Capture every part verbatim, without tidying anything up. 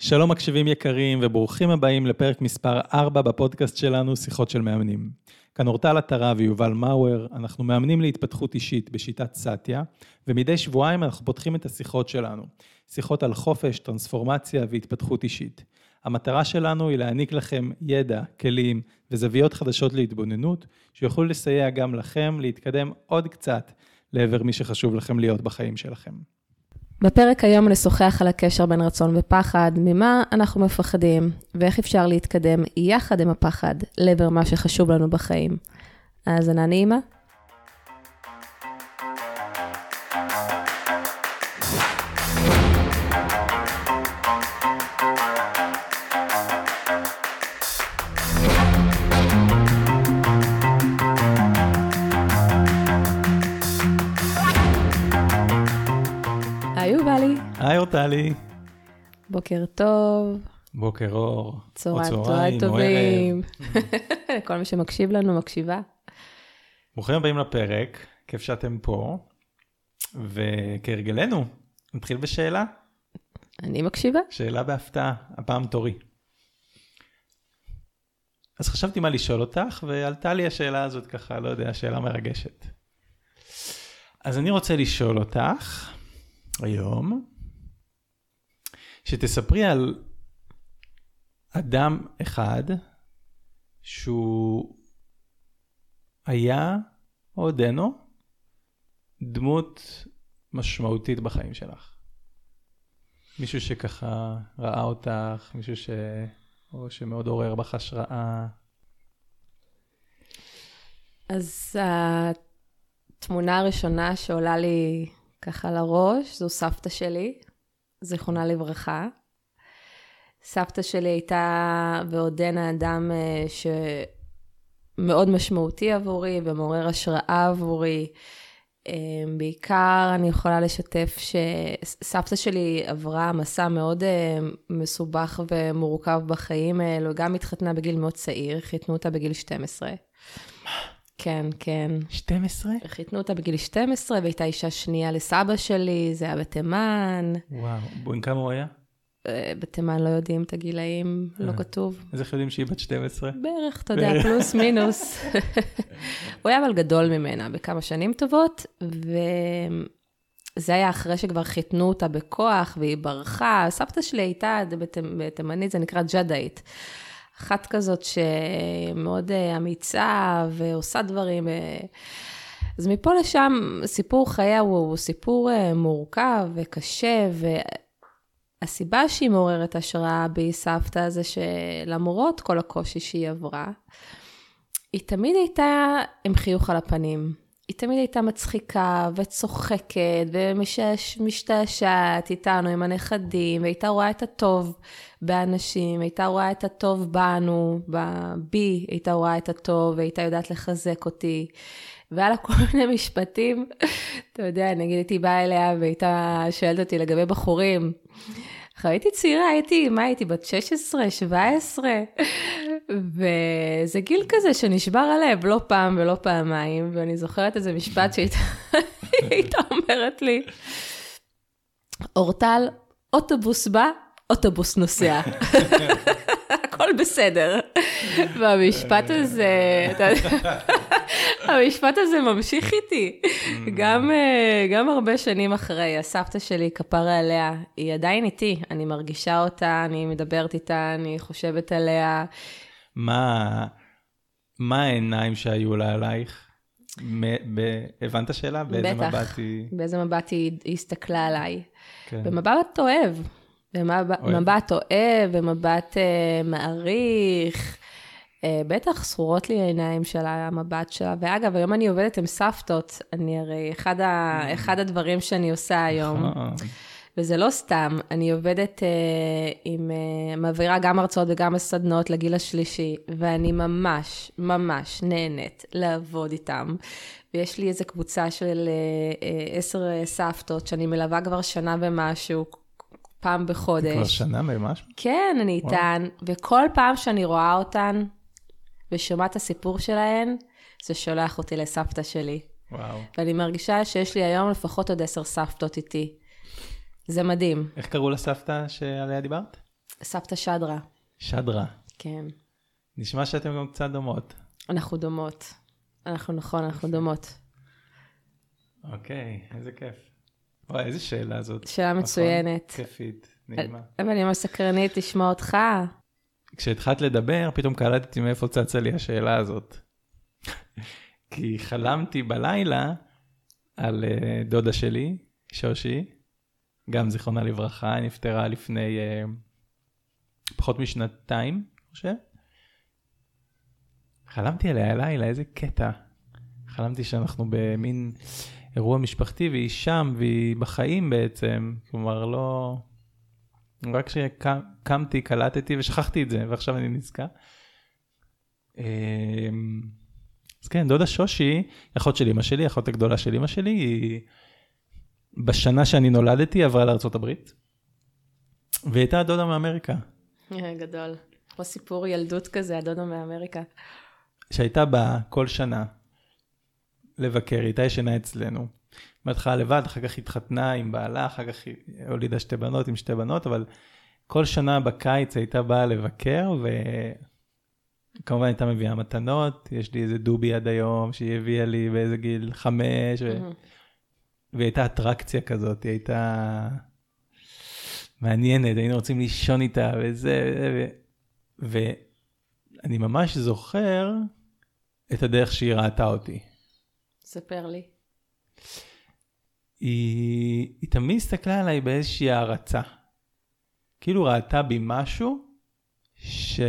שלום מקשיבים יקרים וברוכים הבאים לפרק מספר ארבע בפודקאסט שלנו, שיחות של מאמנים. כאן אורטל עטרה ויובל מאואר, אנחנו מאמנים להתפתחות אישית בשיטת סאטיה, ומדי שבועיים אנחנו פותחים את השיחות שלנו. שיחות על חופש, טרנספורמציה והתפתחות אישית. המטרה שלנו היא להעניק לכם ידע, כלים וזוויות חדשות להתבוננות, שיוכלו לסייע גם לכם להתקדם עוד קצת לעבר מי שחשוב לכם להיות בחיים שלכם. בפרק היום נשוחח על הקשר בין רצון ופחד, ממה אנחנו מפחדים, ואיך אפשר להתקדם יחד עם הפחד לעבר מה שחשוב לנו בחיים. האזנה נעימה. היי אורטלי. בוקר טוב. בוקר אור. צהריים טובים. כל מי שמקשיב לנו, מקשיבה. ברוכים הבאים לפרק, כיף שאתם פה. וכהרגלנו, נתחיל בשאלה. אני מקשיבה. שאלה בהפתעה, הפעם תורי. אז חשבתי מה לשאול אותך, ועלתה לי השאלה הזאת ככה, לא יודע, שאלה מרגשת. אז אני רוצה לשאול אותך, היום, שתספרי על אדם אחד שהוא היה או עודנו דמות משמעותית בחיים שלך. מישהו שככה ראה אותך, מישהו ש... או שמאוד עורר בך השראה. אז התמונה הראשונה שעולה לי ככה לראש, זו סבתא שלי. זיכרונה לברכה. סבתא שלי הייתה ועודנה אדם שמאוד משמעותי עבורי ומעורר השראה עבורי. בעיקר אני יכולה לשתף שסבתא שלי עברה מסע מאוד מסובך ומורכב בחיים האלו. גם התחתנה בגיל מאוד צעיר, חיתנו אותה בגיל שתים עשרה. כן, כן. שתים עשרה? חיתנו אותה בגיל שתים עשרה, והייתה אישה שנייה לסבא שלי, זה היה בתימן. וואו, בואי, כמה הוא היה? בתימן לא יודעים את הגילאים, לא כתוב. אז איך יודעים שהיא בת שתים עשרה? בערך, אתה יודע, פלוס מינוס. הוא היה אבל גדול ממנה בכמה שנים טובות, וזה היה אחרי שכבר חיתנו אותה בכוח, והיא ברחה. סבתא שלי הייתה, בתימנית זה נקרא ג'דאית. אחת כזאת שמאוד אמיצה ועושה דברים. אז מפה לשם סיפור חייה הוא סיפור מורכב וקשה, והסיבה שהיא מעוררת השראה בי סבתא זה שלמרות כל הקושי שהיא עברה, היא תמיד הייתה עם חיוך על הפנים. היא תמיד הייתה מצחיקה וצוחקת ומשתעשעת איתנו עם הנכדים, והייתה רואה את הטוב באנשים, הייתה רואה את הטוב בנו, בי הייתה רואה את הטוב, והייתה יודעת לחזק אותי. והיה לה כל מיני משפטים, אתה יודע, נגיד הייתי באה אליה והייתה שואלת אותי לגבי בחורים. אחרי הייתי צעירה, הייתי, מה הייתי, בת שש עשרה, שבע עשרה, וזה גיל כזה שנשבר הלב, לא פעם ולא פעמיים, ואני זוכרת איזה משפט שהייתה אומרת לי, אורטל, אוטובוס בא, אוטובוס נוסע. הכל בסדר. והמשפט הזה, המשפט הזה ממשיך איתי. גם, גם הרבה שנים אחרי, הסבתא שלי, כפרה עליה, היא עדיין איתי. אני מרגישה אותה, אני מדברת איתה, אני חושבת עליה. מה, מה העיניים שהיו לה עלייך? הבנת השאלה? באיזה מבט היא... באיזה מבט היא הסתכלה עליי. במבט אוהב. במבט אוהב, במבט מעריך. בטח סחורות לי העיניים של המבט שלה. ואגב, היום אני עובדת עם סבתות. אני הרי, אחד, ה, אחד הדברים שאני עושה היום, וזה לא סתם, אני עובדת עם, מעבירה גם הרצאות וגם הסדנות לגיל השלישי, ואני ממש, ממש נהנית לעבוד איתם. ויש לי איזו קבוצה של עשר סבתות, שאני מלווה כבר שנה ומשהו, פעם בחודש. כבר שנה ממש? כן, אני איתן, וכל פעם שאני רואה אותן, ושומעת הסיפור שלהן, זה שולח אותי לסבתא שלי. וואו. ואני מרגישה שיש לי היום לפחות עוד עשר סבתות איתי. זה מדהים. איך קראו לסבתא שעליה דיברת? סבתא שדרה. שדרה. כן. נשמע שאתם גם קצת דומות. אנחנו דומות. אנחנו נכון, אנחנו דומות. אוקיי, איזה כיף. וואי, איזה שאלה זאת. שאלה מצוינת. כיפית, נעימה. אבל אני ממש סקרנית לשמוע אותך. כשהתחלת לדבר, פתאום קלטתי מאיפה צצה לי השאלה הזאת. כי חלמתי בלילה על דודה שלי, שושי, גם זיכרונה לברכה, היא נפטרה לפני פחות משנתיים, אני חושב. חלמתי עליה הלילה, איזה קטע. חלמתי שאנחנו במין אירוע משפחתי, והיא שם, והיא בחיים בעצם, כלומר לא... רק שקמתי, קלטתי ושכחתי את זה, ועכשיו אני נזכר. אז כן, דודה שושי, אחות של אמא שלי, אחות הגדולה של אמא שלי, היא בשנה שאני נולדתי עברה לארצות הברית, והיא הייתה דודה מאמריקה. גדול. כמו סיפור ילדות כזה, הדודה מאמריקה. שהייתה באה כל שנה לבקר, היא הייתה ישנה אצלנו. בהתחלה לבד, אחר כך התחתנה עם בעלה, אחר כך היא הולידה שתי בנות עם שתי בנות, אבל כל שנה בקיץ הייתה באה לבקר, וכמובן הייתה מביאה מתנות, יש לי איזה דובי עד היום, שהיא הביאה לי באיזה גיל חמש, ו... והיא הייתה אטרקציה כזאת, היא הייתה מעניינת, היינו רוצים לישון איתה, וזה, ו... ואני ממש זוכר את הדרך שהיא ראתה אותי. ספר לי. היא, היא תמיד הסתכלה עליי באיזושהי הערצה. כאילו ראתה בי משהו ש...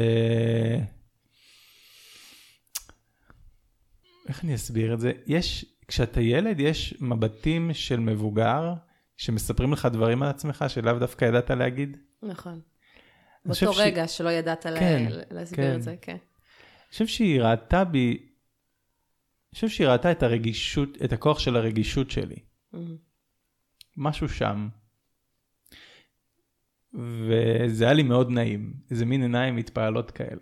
איך אני אסביר את זה? יש, כשאתה ילד יש מבטים של מבוגר שמספרים לך דברים על עצמך שלאו דווקא ידעת להגיד. נכון. באותו רגע ש... שלא ידעת כן, לה... להסביר כן. את זה, כן. אני חושב שהיא ראתה בי, אני חושב שהיא ראתה את הרגישות, את הכוח של הרגישות שלי. Mm-hmm. משהו שם. וזה היה לי מאוד נעים. איזה מין עיניים מתפעלות כאלה.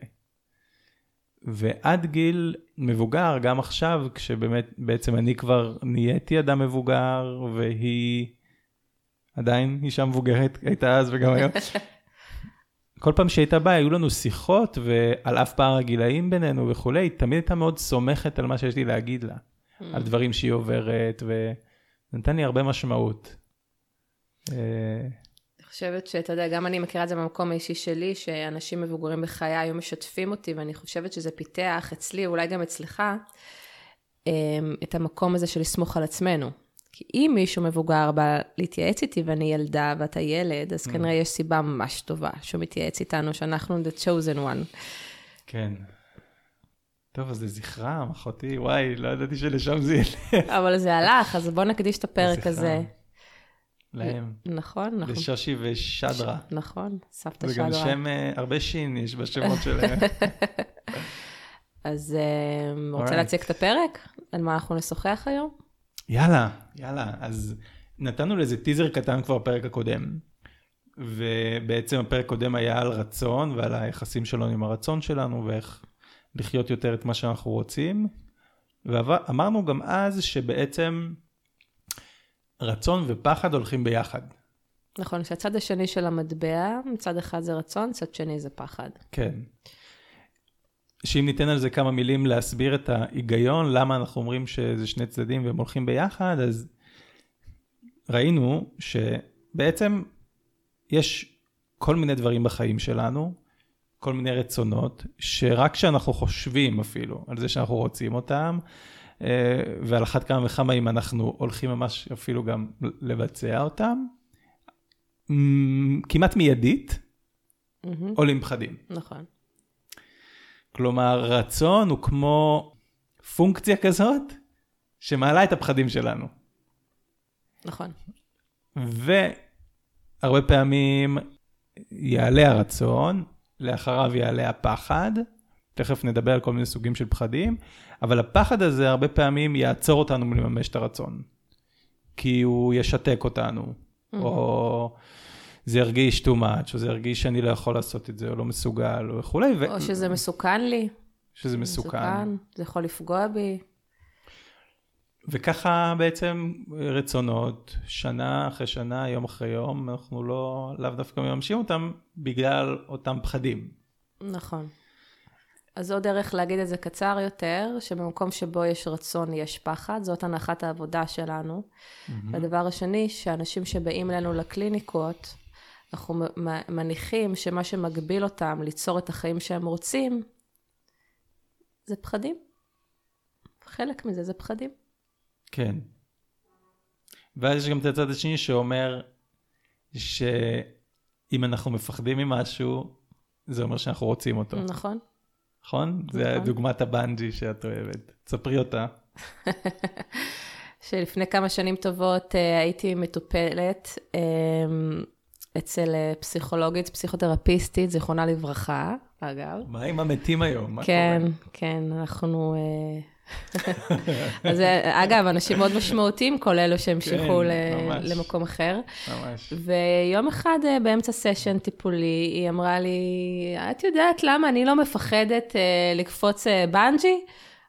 ועד גיל מבוגר, גם עכשיו, כשבאמת, בעצם אני כבר נהייתי אדם מבוגר, והיא עדיין אישה מבוגרת, הייתה אז וגם היום. כל פעם שהייתה באה, היו לנו שיחות, ועל אף פער הגילאים בינינו וכולי, תמיד הייתה מאוד סומכת על מה שיש לי להגיד לה. Mm. על דברים שהיא עוברת, ונתן לי הרבה משמעות. אני חושבת שאתה יודע, גם אני מכירה את זה במקום האישי שלי, שאנשים מבוגרים בחיי היו משתפים אותי, ואני חושבת שזה פיתח אצלי, אולי גם אצלך, את המקום הזה של לסמוך על עצמנו. כי אם מישהו מבוגר בא להתייעץ איתי, ואני ילדה ואתה ילד, אז כנראה יש סיבה ממש טובה, שהוא מתייעץ איתנו, שאנחנו the chosen one. כן. טוב, אז זה זכרם, אחותי, וואי, לא ידעתי שלשם זה ילך. אבל זה הלך, אז בוא נקדיש את הפרק הזה. להם. נכון, נכון. לשושי ושדרה. נכון, סבתא שדרה. וגם שם, הרבה שין יש בשמות שלהם. אז רוצה להציג את הפרק? על מה אנחנו נשוחח היום? יאללה, יאללה. אז נתנו לזה טיזר קטן כבר בפרק הקודם. ובעצם הפרק הקודם היה על רצון, ועל היחסים שלנו עם הרצון שלנו, ואיך לחיות יותר את מה שאנחנו רוצים. ואמרנו גם אז שבעצם רצון ופחד הולכים ביחד. נכון, שהצד השני של המטבע, מצד אחד זה רצון, צד שני זה פחד. כן. שאם ניתן על זה כמה מילים להסביר את ההיגיון, למה אנחנו אומרים שזה שני צדדים והם הולכים ביחד, אז ראינו שבעצם יש כל מיני דברים בחיים שלנו, כל מיני רצונות, שרק כשאנחנו חושבים אפילו על זה שאנחנו רוצים אותם, ועל אחת כמה וכמה אם אנחנו הולכים ממש אפילו גם לבצע אותם, כמעט מיידית, עולים פחדים. נכון. כלומר, רצון הוא כמו פונקציה כזאת, שמעלה את הפחדים שלנו. נכון. והרבה פעמים יעלה הרצון, לאחריו יעלה הפחד, תכף נדבר על כל מיני סוגים של פחדים, אבל הפחד הזה הרבה פעמים יעצור אותנו מלממש את הרצון. כי הוא ישתק אותנו, mm-hmm. או זה ירגיש too much, או זה ירגיש שאני לא יכול לעשות את זה, או לא מסוגל, או וכו'. או ו... שזה מסוכן לי. שזה מסוכן. מסוכן. זה יכול לפגוע בי. וככה בעצם רצונות, שנה אחרי שנה, יום אחרי יום, אנחנו לא, לאו דווקא מממשים אותם, בגלל אותם פחדים. נכון. אז זו דרך להגיד את זה קצר יותר, שבמקום שבו יש רצון יש פחד, זאת הנחת העבודה שלנו. Mm-hmm. והדבר השני, שאנשים שבאים אלינו לקליניקות, אנחנו מניחים שמה שמגביל אותם ליצור את החיים שהם רוצים, זה פחדים. חלק מזה זה פחדים. כן. ואז יש גם את הצד השני שאומר, שאם אנחנו מפחדים ממשהו, זה אומר שאנחנו רוצים אותו. נכון. נכון? זה דוגמת הבנג'י שאת אוהבת. תספרי אותה. שלפני כמה שנים טובות הייתי מטופלת אצל פסיכולוגית, פסיכותרפיסטית, זיכרונה לברכה, אגב. מה עם המתים היום? כן, כן, אנחנו... אז אגב, אנשים מאוד משמעותיים, כל אלו שהמשיכו למקום אחר. ממש. ויום אחד באמצע סשן טיפולי, היא אמרה לי, את יודעת למה אני לא מפחדת לקפוץ בנג'י?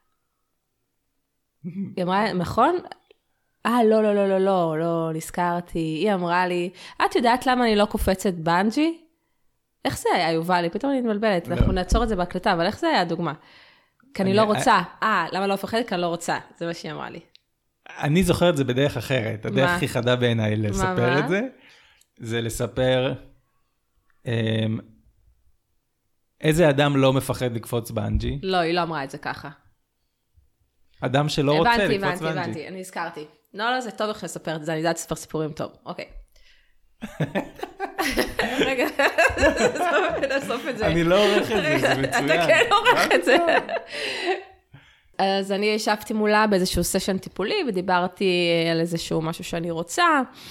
היא אמרה, נכון? אה, לא, לא, לא, לא, לא, לא, נזכרתי. היא אמרה לי, את יודעת למה אני לא קופצת בנג'י? איך זה היה, יובל? לי פתאום אני מתבלבלת, אנחנו נעצור את זה בהקלטה, אבל איך זה היה הדוגמה? כי אני לא רוצה. אה, למה לא מפחדת? כי אני לא רוצה. זה מה שהיא אמרה לי. אני זוכר את זה בדרך אחרת. הדרך הכי חדה בעיניי לספר את זה, זה לספר איזה אדם לא מפחד לקפוץ בנג'י. לא, היא לא אמרה את זה ככה. אדם שלא רוצה לקפוץ בנג'י. הבנתי, הבנתי, הבנתי. אני הזכרתי. לא, לא, זה טוב איך לספר את זה. אני יודעת לספר סיפורים טוב. אוקיי. רגע, נאסוף את זה. אני לא עורך את זה, זה מצוין. אתה כן עורך את זה. אז אני ישבתי מולה באיזשהו סשן טיפולי, ודיברתי על איזשהו משהו שאני רוצה,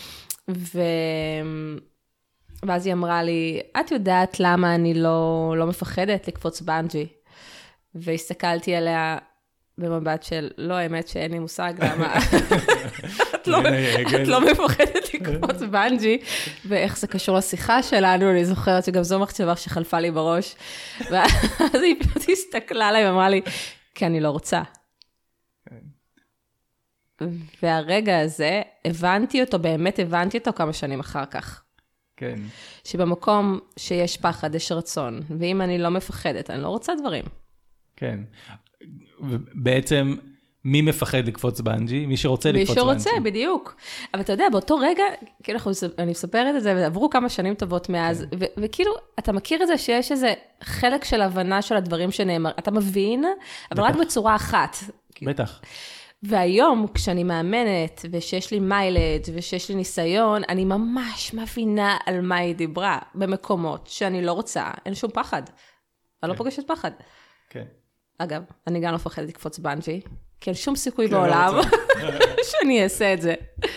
ואז היא אמרה לי, את יודעת למה אני לא מפחדת לקפוץ בנג'י? והסתכלתי עליה במבט של, לא, האמת שאין לי מושג למה. את לא מפחדת לקפוץ בנג'י, ואיך זה קשור לשיחה שלנו, אני זוכרת שגם זו מחשבה שחלפה לי בראש, ואז היא פשוט הסתכלה עליי ואמרה לי, כי אני לא רוצה. והרגע הזה, הבנתי אותו, באמת הבנתי אותו כמה שנים אחר כך. כן. שבמקום שיש פחד, יש רצון, ואם אני לא מפחדת, אני לא רוצה דברים. כן. בעצם... מי מפחד לקפוץ בנג'י? מי שרוצה לקפוץ בנג'י. מי שרוצה, בדיוק. אבל אתה יודע, באותו רגע, כאילו אני מספרת את זה, ועברו כמה שנים טובות מאז, וכאילו, אתה מכיר את זה שיש איזה חלק של הבנה של הדברים שנאמר, אתה מבין, אבל רק בצורה אחת. בטח. והיום, כשאני מאמנת, ושיש לי מיילד, ושיש לי ניסיון, אני ממש מבינה על מה היא דיברה, במקומות שאני לא רוצה, אין שום פחד. אני לא פוגשת פחד. כן. אגב, אני גם לא מפחדת לקפוץ בנג'י, כי אין שום סיכוי בעולם שאני אעשה את זה.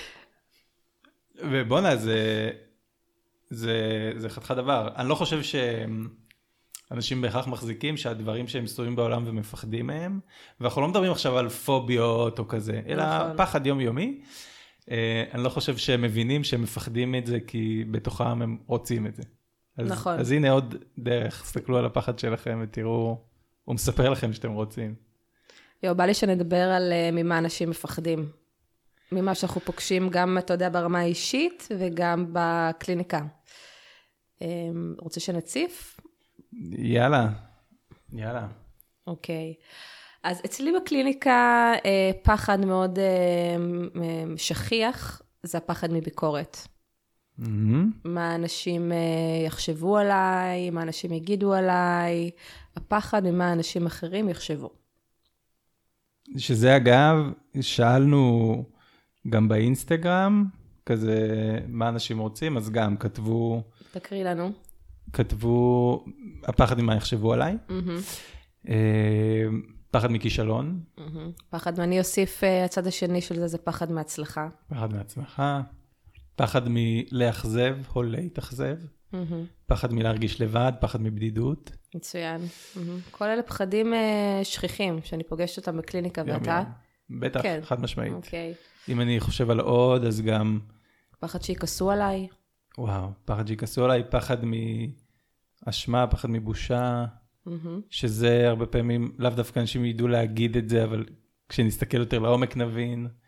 ובונה, זה, זה, זה חתיכת דבר. אני לא חושב שאנשים בהכרח מחזיקים שהדברים שהם מסתובבים בעולם ומפחדים מהם, ואנחנו לא מדברים עכשיו על פוביות או כזה, אלא פחד יומיומי. אני לא חושב שהם מבינים שהם מפחדים את זה, כי בתוכם הם רוצים את זה. אז, נכון. אז הנה עוד דרך, סתכלו על הפחד שלכם ותראו, הוא מספר לכם שאתם רוצים. יו, בא לי שנדבר על uh, ממה אנשים מפחדים. ממה שאנחנו פוגשים גם, אתה יודע, ברמה האישית וגם בקליניקה. Um, רוצה שנציף? יאללה, יאללה. אוקיי. אז אצלי בקליניקה, uh, פחד מאוד uh, שכיח, זה הפחד מביקורת. Mm-hmm. מה אנשים uh, יחשבו עליי, מה אנשים יגידו עליי, הפחד ממה אנשים אחרים יחשבו. שזה אגב, שאלנו גם באינסטגרם, כזה מה אנשים רוצים, אז גם כתבו... תקריא לנו. כתבו, הפחד ממה יחשבו עליי, mm-hmm. פחד מכישלון. Mm-hmm. פחד, ואני אוסיף, הצד השני של זה, זה פחד מהצלחה. פחד מהצלחה, פחד מלאכזב או להתאכזב, mm-hmm. פחד מלהרגיש לבד, פחד מבדידות. מצוין. Mm-hmm. כל אלה פחדים uh, שכיחים, שאני פוגשת אותם בקליניקה, יום ואתה? יום. בטח, כן. חד משמעית. אוקיי. אם אני חושב על עוד, אז גם... פחד שיקסו עליי. וואו, פחד שיקסו עליי, פחד מאשמה, פחד מבושה, mm-hmm. שזה הרבה פעמים, לאו דווקא אנשים ידעו להגיד את זה, אבל כשנסתכל יותר לעומק נבין,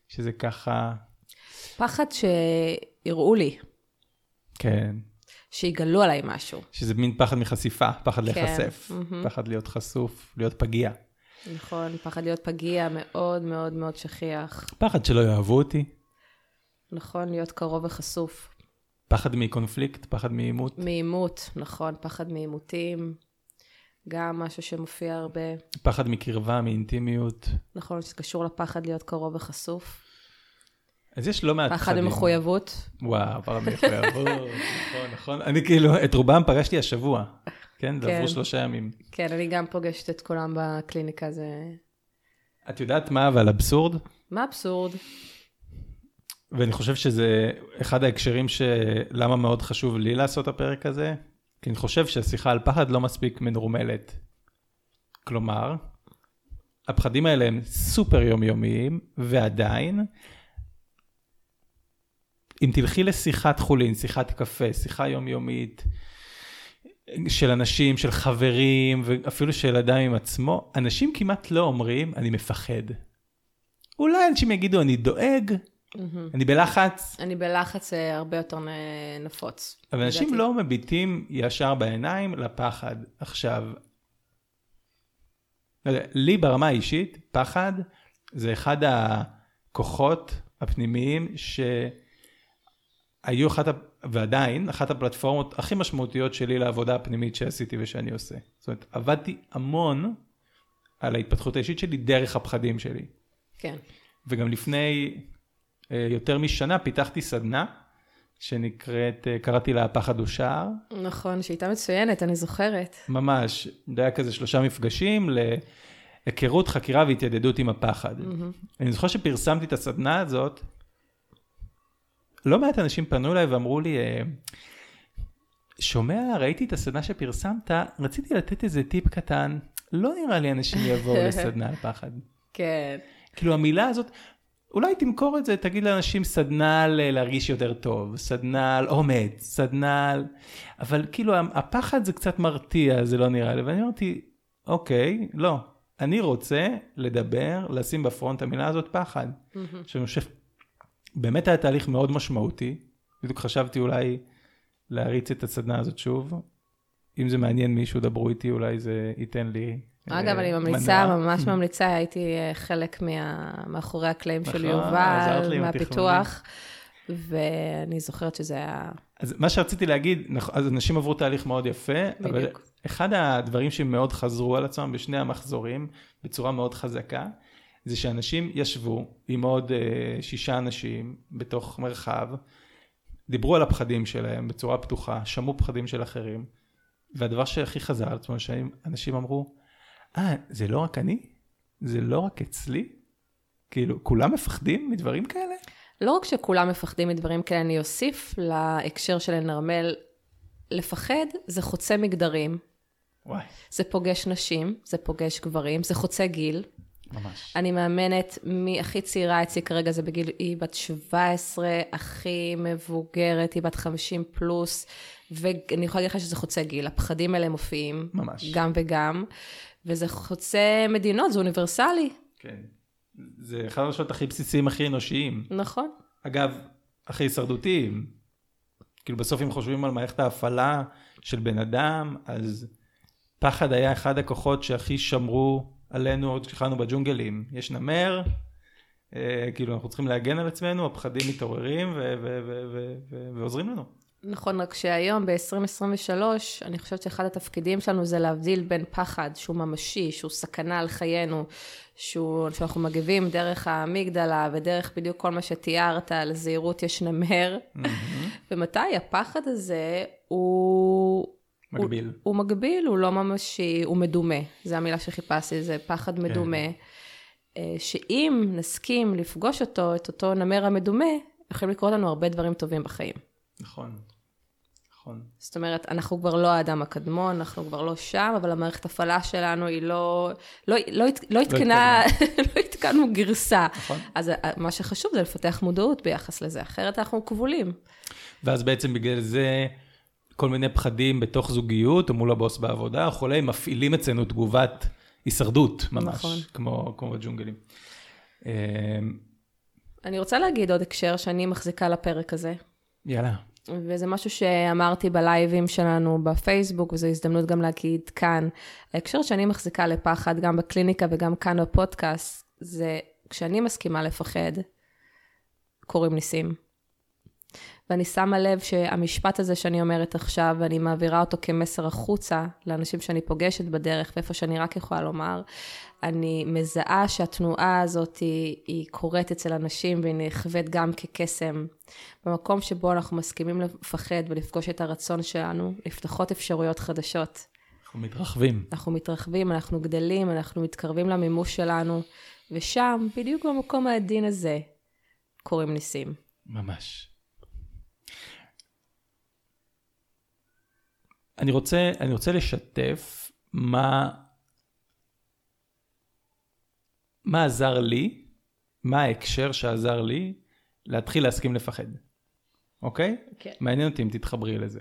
שזה ככה... פחד שיראו לי. כן. שיגלו עליי משהו. שזה מין פחד מחשיפה, פחד כן. להיחשף, Mm-hmm. פחד להיות חשוף, להיות פגיע. נכון, פחד להיות פגיע מאוד מאוד מאוד שכיח. פחד שלא יאהבו אותי. נכון, להיות קרוב וחשוף. פחד מקונפליקט, פחד מעימות. מעימות, נכון, פחד מעימותים. גם משהו שמופיע הרבה. פחד מקרבה, מאינטימיות. נכון, שזה קשור לפחד להיות קרוב וחשוף. אז יש לא מעט פחד פחדים. ממחויבות. וואו, פחד ממחויבות, נכון, נכון. אני כאילו, את רובם פגשתי השבוע. כן, זה עברו שלושה ימים. כן, אני גם פוגשת את כולם בקליניקה, זה... את יודעת מה, אבל אבסורד? מה אבסורד? ואני חושב שזה אחד ההקשרים שלמה מאוד חשוב לי לעשות הפרק הזה, כי אני חושב שהשיחה על פחד לא מספיק מנורמלת. כלומר, הפחדים האלה הם סופר יומיומיים, ועדיין, אם תלכי לשיחת חולין, שיחת קפה, שיחה יומיומית, של אנשים, של חברים, ואפילו של אדם עם עצמו, אנשים כמעט לא אומרים, אני מפחד. אולי אנשים יגידו, אני דואג, mm-hmm. אני בלחץ. אני בלחץ הרבה יותר נפוץ. אבל אנשים לא מביטים ישר בעיניים לפחד. עכשיו, לי ברמה האישית, פחד זה אחד הכוחות הפנימיים שהיו אחת, ועדיין, אחת הפלטפורמות הכי משמעותיות שלי לעבודה הפנימית שעשיתי ושאני עושה. זאת אומרת, עבדתי המון על ההתפתחות האישית שלי דרך הפחדים שלי. כן. וגם לפני יותר משנה פיתחתי סדנה, שנקראת, קראתי לה הפחד הוא שער. נכון, שהייתה מצוינת, אני זוכרת. ממש, זה היה כזה שלושה מפגשים להיכרות, חקירה והתיידדות עם הפחד. Mm-hmm. אני זוכר שפרסמתי את הסדנה הזאת, לא מעט אנשים פנו אליי ואמרו לי, שומע, ראיתי את הסדנה שפרסמת, רציתי לתת איזה טיפ קטן, לא נראה לי אנשים יבואו לסדנה על פחד. כן. כאילו המילה הזאת, אולי תמכור את זה, תגיד לאנשים סדנה על להרגיש יותר טוב, סדנה על אומץ, סדנה על... אבל כאילו הפחד זה קצת מרתיע, זה לא נראה לי. ואני אמרתי, אוקיי, לא. אני רוצה לדבר, לשים בפרונט המילה הזאת פחד. שאני חושב, באמת היה תהליך מאוד משמעותי. בדיוק חשבתי אולי להריץ את הסדנה הזאת שוב. אם זה מעניין מישהו, דברו איתי, אולי זה ייתן לי... אגב, אני ממליצה, ממש ממליצה, הייתי חלק מאחורי הקלעים של יובל, מהפיתוח, ואני זוכרת שזה היה... אז מה שרציתי להגיד, אז אנשים עברו תהליך מאוד יפה, אבל אחד הדברים שמאוד חזרו על עצמם בשני המחזורים, בצורה מאוד חזקה, זה שאנשים ישבו עם עוד שישה אנשים בתוך מרחב, דיברו על הפחדים שלהם בצורה פתוחה, שמעו פחדים של אחרים, והדבר שהכי חזר על עצמם, שאנשים אמרו, אה, זה לא רק אני? זה לא רק אצלי? כאילו, כולם מפחדים מדברים כאלה? לא רק שכולם מפחדים מדברים כאלה, אני אוסיף להקשר של לנרמל, לפחד זה חוצה מגדרים. וואי. זה פוגש נשים, זה פוגש גברים, זה חוצה גיל. ממש. אני מאמנת, מי הכי צעירה אצלי כרגע זה בגיל, היא בת שבע עשרה, הכי מבוגרת, היא בת חמישים פלוס, ואני יכולה להגיד לך שזה חוצה גיל, הפחדים האלה מופיעים. ממש. גם וגם. וזה חוצה מדינות, זה אוניברסלי. כן. זה אחד הרשות הכי בסיסיים, הכי אנושיים. נכון. אגב, הכי הישרדותיים. כאילו בסוף אם חושבים על מערכת ההפעלה של בן אדם, אז פחד היה אחד הכוחות שהכי שמרו עלינו עוד כשחנו בג'ונגלים. יש נמר, אה, כאילו אנחנו צריכים להגן על עצמנו, הפחדים מתעוררים ו- ו- ו- ו- ו- ועוזרים לנו. נכון, רק שהיום ב-עשרים עשרים ושלוש, אני חושבת שאחד התפקידים שלנו זה להבדיל בין פחד שהוא ממשי, שהוא סכנה על חיינו, שהוא, שאנחנו מגיבים דרך האמיגדלה ודרך בדיוק כל מה שתיארת, על זהירות יש נמר, mm-hmm. ומתי הפחד הזה הוא... מגביל. הוא, הוא מגביל, הוא לא ממשי, הוא מדומה. זו המילה שחיפשתי, זה פחד מדומה. כן. שאם נסכים לפגוש אותו, את אותו נמר המדומה, יכולים לקרות לנו הרבה דברים טובים בחיים. נכון. נכון. זאת אומרת, אנחנו כבר לא האדם הקדמון, אנחנו כבר לא שם, אבל המערכת הפעלה שלנו היא לא, לא, לא, לא התקנה, לא התקנו גרסה. נכון. אז מה שחשוב זה לפתח מודעות ביחס לזה, אחרת אנחנו כבולים. ואז בעצם בגלל זה, כל מיני פחדים בתוך זוגיות, או מול הבוס בעבודה, וכולי, מפעילים אצלנו תגובת הישרדות, ממש, נכון. כמו, כמו בג'ונגלים. אני רוצה להגיד עוד הקשר שאני מחזיקה לפרק הזה. יאללה. וזה משהו שאמרתי בלייבים שלנו בפייסבוק, וזו הזדמנות גם להגיד כאן. ההקשר שאני מחזיקה לפחד, גם בקליניקה וגם כאן בפודקאסט, זה כשאני מסכימה לפחד, קוראים ניסים. ואני שמה לב שהמשפט הזה שאני אומרת עכשיו, ואני מעבירה אותו כמסר החוצה לאנשים שאני פוגשת בדרך, ואיפה שאני רק יכולה לומר, אני מזהה שהתנועה הזאת היא, היא קורית אצל אנשים, והיא נחווית גם כקסם. במקום שבו אנחנו מסכימים לפחד ולפגוש את הרצון שלנו, לפתחות אפשרויות חדשות. אנחנו מתרחבים. אנחנו מתרחבים, אנחנו גדלים, אנחנו מתקרבים למימוש שלנו, ושם, בדיוק במקום העדין הזה, קוראים ניסים. ממש. אני רוצה, אני רוצה לשתף מה, מה עזר לי, מה ההקשר שעזר לי להתחיל להסכים לפחד. אוקיי? כן. מעניין אותי אם תתחברי לזה.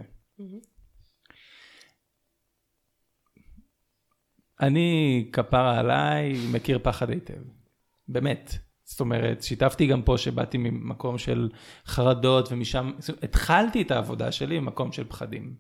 אני, כפרה עליי, מכיר פחד היטב. באמת. זאת אומרת, שיתפתי גם פה שבאתי ממקום של חרדות, ומשם, התחלתי את העבודה שלי ממקום של פחדים.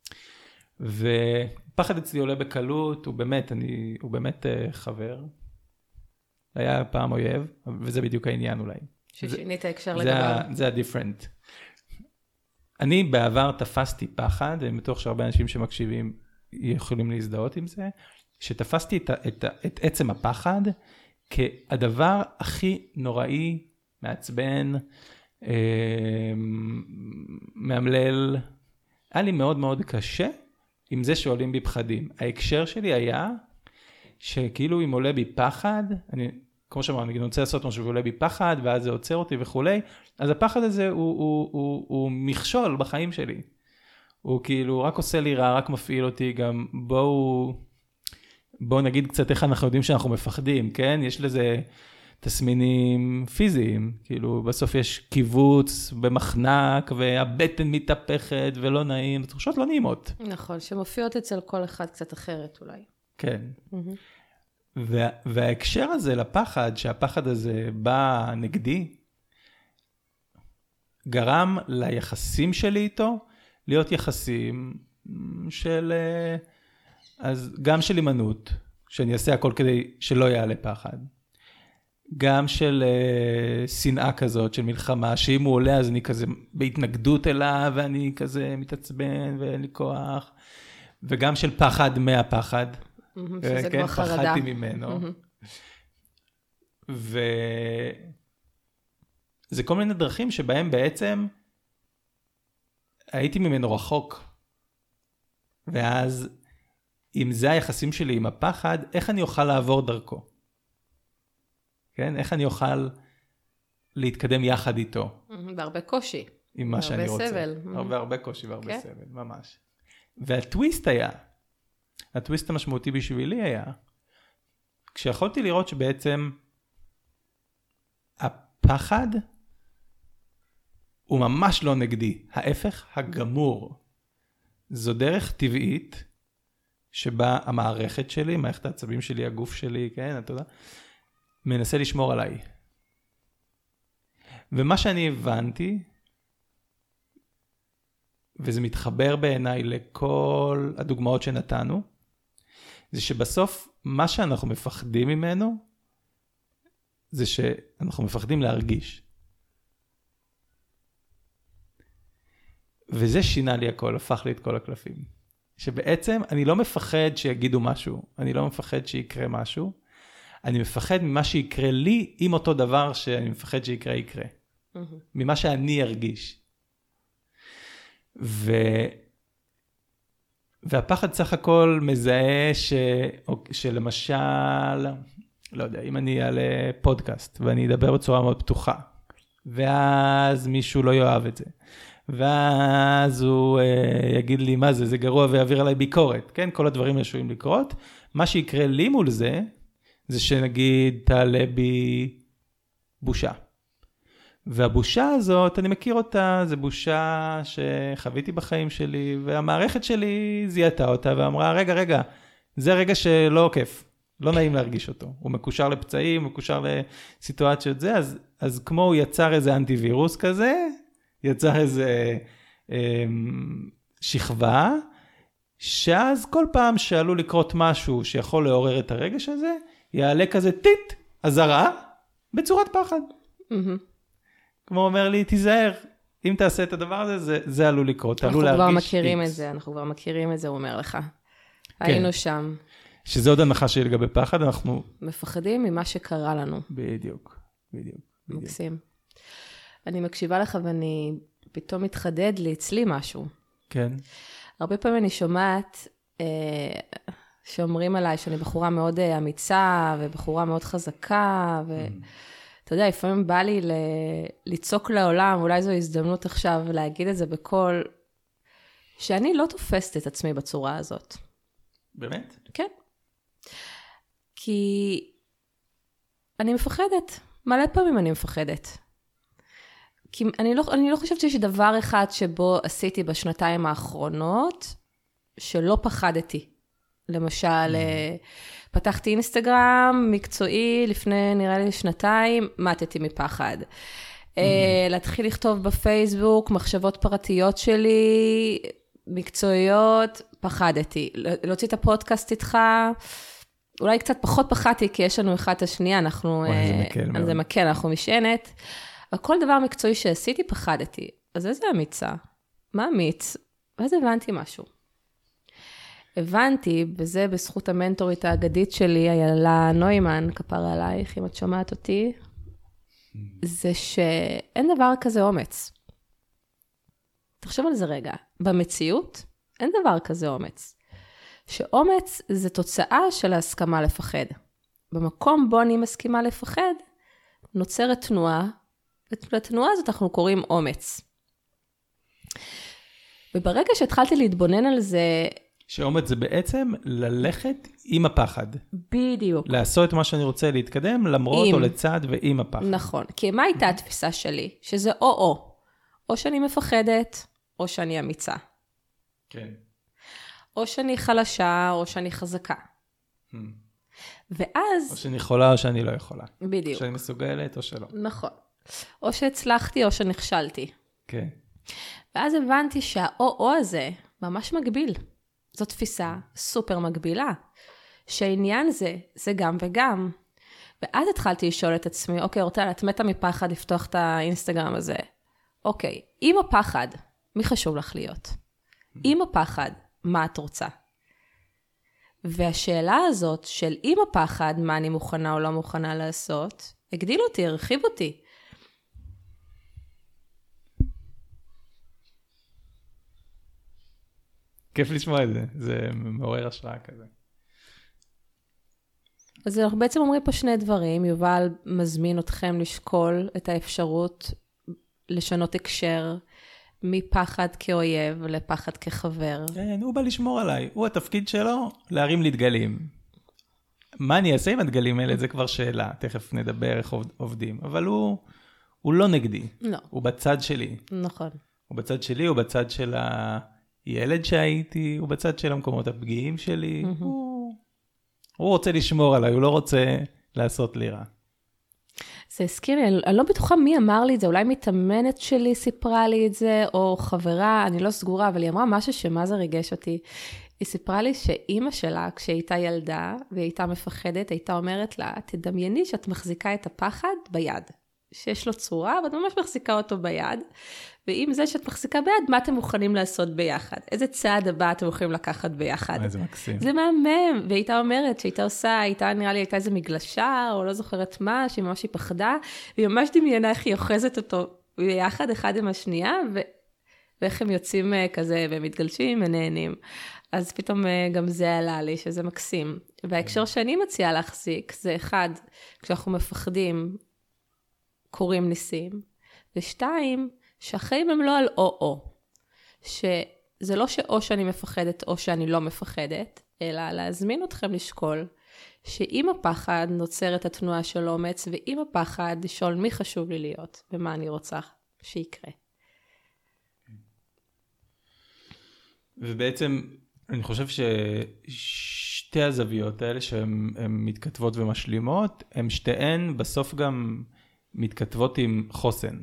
ופחד אצלי עולה בקלות, הוא באמת, אני, הוא באמת uh, חבר. היה פעם אויב, וזה בדיוק העניין אולי. ששינית ההקשר זה, לגביו. זה ה-different. אני בעבר תפסתי פחד, ומתוך שהרבה אנשים שמקשיבים יכולים להזדהות עם זה, שתפסתי את, את, את עצם הפחד, כהדבר הכי נוראי, מעצבן, אה, מאמלל. היה לי מאוד מאוד קשה עם זה שעולים בי פחדים. ההקשר שלי היה שכאילו אם עולה בי פחד, אני, כמו שאמרנו, אני רוצה לעשות משהו ועולה בי פחד, ואז זה עוצר אותי וכולי, אז הפחד הזה הוא, הוא, הוא, הוא מכשול בחיים שלי. הוא כאילו רק עושה לי רע, רק מפעיל אותי, גם בואו, בואו נגיד קצת איך אנחנו יודעים שאנחנו מפחדים, כן? יש לזה תסמינים פיזיים, כאילו בסוף יש קיבוץ במחנק, והבטן מתהפכת ולא נעים, תחושות לא נעימות. נכון, שמופיעות אצל כל אחד קצת אחרת אולי. כן. וה, וההקשר הזה לפחד, שהפחד הזה בא נגדי, גרם ליחסים שלי איתו, להיות יחסים של, אז גם של אימנות, שאני אעשה הכל כדי שלא יעלה פחד. גם של uh, שנאה כזאת, של מלחמה, שאם הוא עולה אז אני כזה בהתנגדות אליו, ואני כזה מתעצבן ואין לי כוח. וגם של פחד מהפחד. שזה כן, כבר חרדה. פחדתי ממנו. וזה כל מיני דרכים שבהם בעצם הייתי ממנו רחוק. ואז אם זה היחסים שלי עם הפחד, איך אני אוכל לעבור דרכו? כן? איך אני אוכל להתקדם יחד איתו? בהרבה קושי. עם מה שאני רוצה. סבל. הרבה הרבה קושי והרבה סבל, ממש. והטוויסט היה, הטוויסט המשמעותי בשבילי היה, כשיכולתי לראות שבעצם הפחד הוא ממש לא נגדי, ההפך הגמור. זו דרך טבעית שבה המערכת שלי, מערכת העצבים שלי, הגוף שלי, כן, אתה יודע, מנסה לשמור עליי. ומה שאני הבנתי, וזה מתחבר בעיניי לכל הדוגמאות שנתנו, זה שבסוף מה שאנחנו מפחדים ממנו, זה שאנחנו מפחדים להרגיש. וזה שינה לי הכל, הפך לי את כל הקלפים. שבעצם אני לא מפחד שיגידו משהו, אני לא מפחד שיקרה משהו, אני מפחד ממה שיקרה לי, עם אותו דבר שאני מפחד שיקרה, יקרה. Mm-hmm. ממה שאני ארגיש. ו... והפחד סך הכל מזהה ש... שלמשל, לא יודע, אם אני אעלה פודקאסט, ואני אדבר בצורה מאוד פתוחה, ואז מישהו לא יאהב את זה, ואז הוא אה, יגיד לי מה זה, זה גרוע ויעביר עליי ביקורת, כן? כל הדברים ישויים לקרות. מה שיקרה לי מול זה, זה שנגיד תעלה בי בושה. והבושה הזאת, אני מכיר אותה, זו בושה שחוויתי בחיים שלי, והמערכת שלי זיהתה אותה ואמרה, רגע, רגע, זה רגע שלא כיף. לא נעים להרגיש אותו. הוא מקושר לפצעים, הוא מקושר לסיטואציות זה, אז, אז כמו הוא יצר איזה אנטיווירוס כזה, יצר איזה אה, שכבה, שאז כל פעם שעלול לקרות משהו שיכול לעורר את הרגש הזה, יעלה כזה טיט, הזרה, בצורת פחד. Mm-hmm. כמו אומר לי, תיזהר, אם תעשה את הדבר הזה, זה, זה עלול לקרות, עלול להרגיש. אנחנו כבר מכירים X. את זה, אנחנו כבר מכירים את זה, הוא אומר לך. כן. היינו שם. שזה עוד הנחה שלי לגבי פחד, אנחנו... מפחדים ממה שקרה לנו. בדיוק, בדיוק. בדיוק. מקסים. אני מקשיבה לך ואני פתאום מתחדד לי אצלי משהו. כן. הרבה פעמים אני שומעת אה, שאומרים עליי שאני בחורה מאוד אה, אמיצה, ובחורה מאוד חזקה, ואתה יודע, לפעמים בא לי ל... לצעוק לעולם, אולי זו הזדמנות עכשיו להגיד את זה בכל, שאני לא תופסת את עצמי בצורה הזאת. באמת? כן. כי אני מפחדת, מלא פעמים אני מפחדת. כי אני לא, אני לא חושבת שיש דבר אחד שבו עשיתי בשנתיים האחרונות, שלא פחדתי. למשל, mm. פתחתי אינסטגרם מקצועי לפני נראה לי שנתיים, מתתי מפחד. Mm. להתחיל לכתוב בפייסבוק, מחשבות פרטיות שלי, מקצועיות, פחדתי. להוציא את הפודקאסט איתך, אולי קצת פחות פחדתי, כי יש לנו אחד את השנייה, אנחנו... וואי, זה מקל מאוד. זה מקל, אנחנו משענת. וכל דבר מקצועי שעשיתי, פחדתי. אז איזה אמיצה? מה אמיץ? ואז הבנתי משהו. הבנתי, בזה בזכות המנטורית האגדית שלי, איילה נוימן, כפרה עלייך, אם את שומעת אותי, זה שאין דבר כזה אומץ. תחשוב על זה רגע. במציאות, אין דבר כזה אומץ. שאומץ זה תוצאה של ההסכמה לפחד. במקום בו אני מסכימה לפחד, נוצרת תנועה, ולתנועה הזאת אנחנו קוראים אומץ. וברגע שהתחלתי להתבונן על זה... שאומץ זה בעצם ללכת עם הפחד. בדיוק. לעשות את מה שאני רוצה להתקדם, למרות עם. או לצד ועם הפחד. נכון. כי מה הייתה התפיסה שלי? שזה או-או. או שאני מפחדת, או שאני אמיצה. כן. או שאני חלשה, או שאני חזקה. Hmm. ואז... או שאני יכולה, או שאני לא יכולה. בדיוק. או שאני מסוגלת, או שלא. נכון. או שהצלחתי, או שנכשלתי. כן. ואז הבנתי שהאו-או הזה ממש מגביל. זו תפיסה סופר מגבילה. שהעניין זה, זה גם וגם. ואז התחלתי לשאול את עצמי, אוקיי, אורטל, את מתה מפחד לפתוח את האינסטגרם הזה. אוקיי, עם הפחד, מי חשוב לך להיות? עם הפחד, מה את רוצה? והשאלה הזאת של עם הפחד, מה אני מוכנה או לא מוכנה לעשות, הגדיל אותי, הרחיב אותי. כיף לשמוע את זה, זה מעורר השראה כזה. אז אנחנו בעצם אומרים פה שני דברים, יובל מזמין אתכם לשקול את האפשרות לשנות הקשר, מפחד כאויב לפחד כחבר. כן, הוא בא לשמור עליי. הוא התפקיד שלו להרים לי דגלים. מה אני אעשה עם הדגלים האלה? זה כבר שאלה. תכף נדבר איך עובדים. אבל הוא, הוא לא נגדי. לא. הוא בצד שלי. נכון. הוא בצד שלי, הוא בצד של הילד שהייתי, הוא בצד של המקומות הפגיעים שלי. Mm-hmm. הוא, הוא רוצה לשמור עליי, הוא לא רוצה לעשות לי רע. זה הזכיר לי, אני לא בטוחה מי אמר לי את זה, אולי מתאמנת שלי סיפרה לי את זה, או חברה, אני לא סגורה, אבל היא אמרה משהו שמה זה ריגש אותי. היא סיפרה לי שאימא שלה, כשהייתה ילדה, והיא הייתה מפחדת, הייתה אומרת לה, תדמייני שאת מחזיקה את הפחד ביד, שיש לו צורה, ואת ממש מחזיקה אותו ביד, ועם זה שאת מחזיקה ביד, מה אתם מוכנים לעשות ביחד? איזה צעד הבא אתם יכולים לקחת ביחד? איזה מקסים. זה מהמם, והייתה אומרת שהייתה עושה, הייתה נראה לי, הייתה איזה מגלשה, או לא זוכרת מה, שהיא ממש היא פחדה, והיא ממש דמיינה איך היא אוחזת אותו ביחד, אחד עם השנייה, ו... ואיך הם יוצאים כזה ומתגלשים ונהנים. אז פתאום גם זה עלה לי, שזה מקסים. וההקשר שאני מציעה להחזיק, זה אחד, כשאנחנו מפחדים, קוראים ניסים, ושתיים, שהחיים הם לא על או-או, שזה לא שאו שאני מפחדת או שאני לא מפחדת, אלא להזמין אתכם לשקול, שעם הפחד נוצרת התנועה של אומץ, ועם הפחד לשאול מי חשוב לי להיות, ומה אני רוצה שיקרה. ובעצם אני חושב שתי הזוויות האלה שהן מתכתבות ומשלימות, הן שתיהן בסוף גם מתכתבות עם חוסן.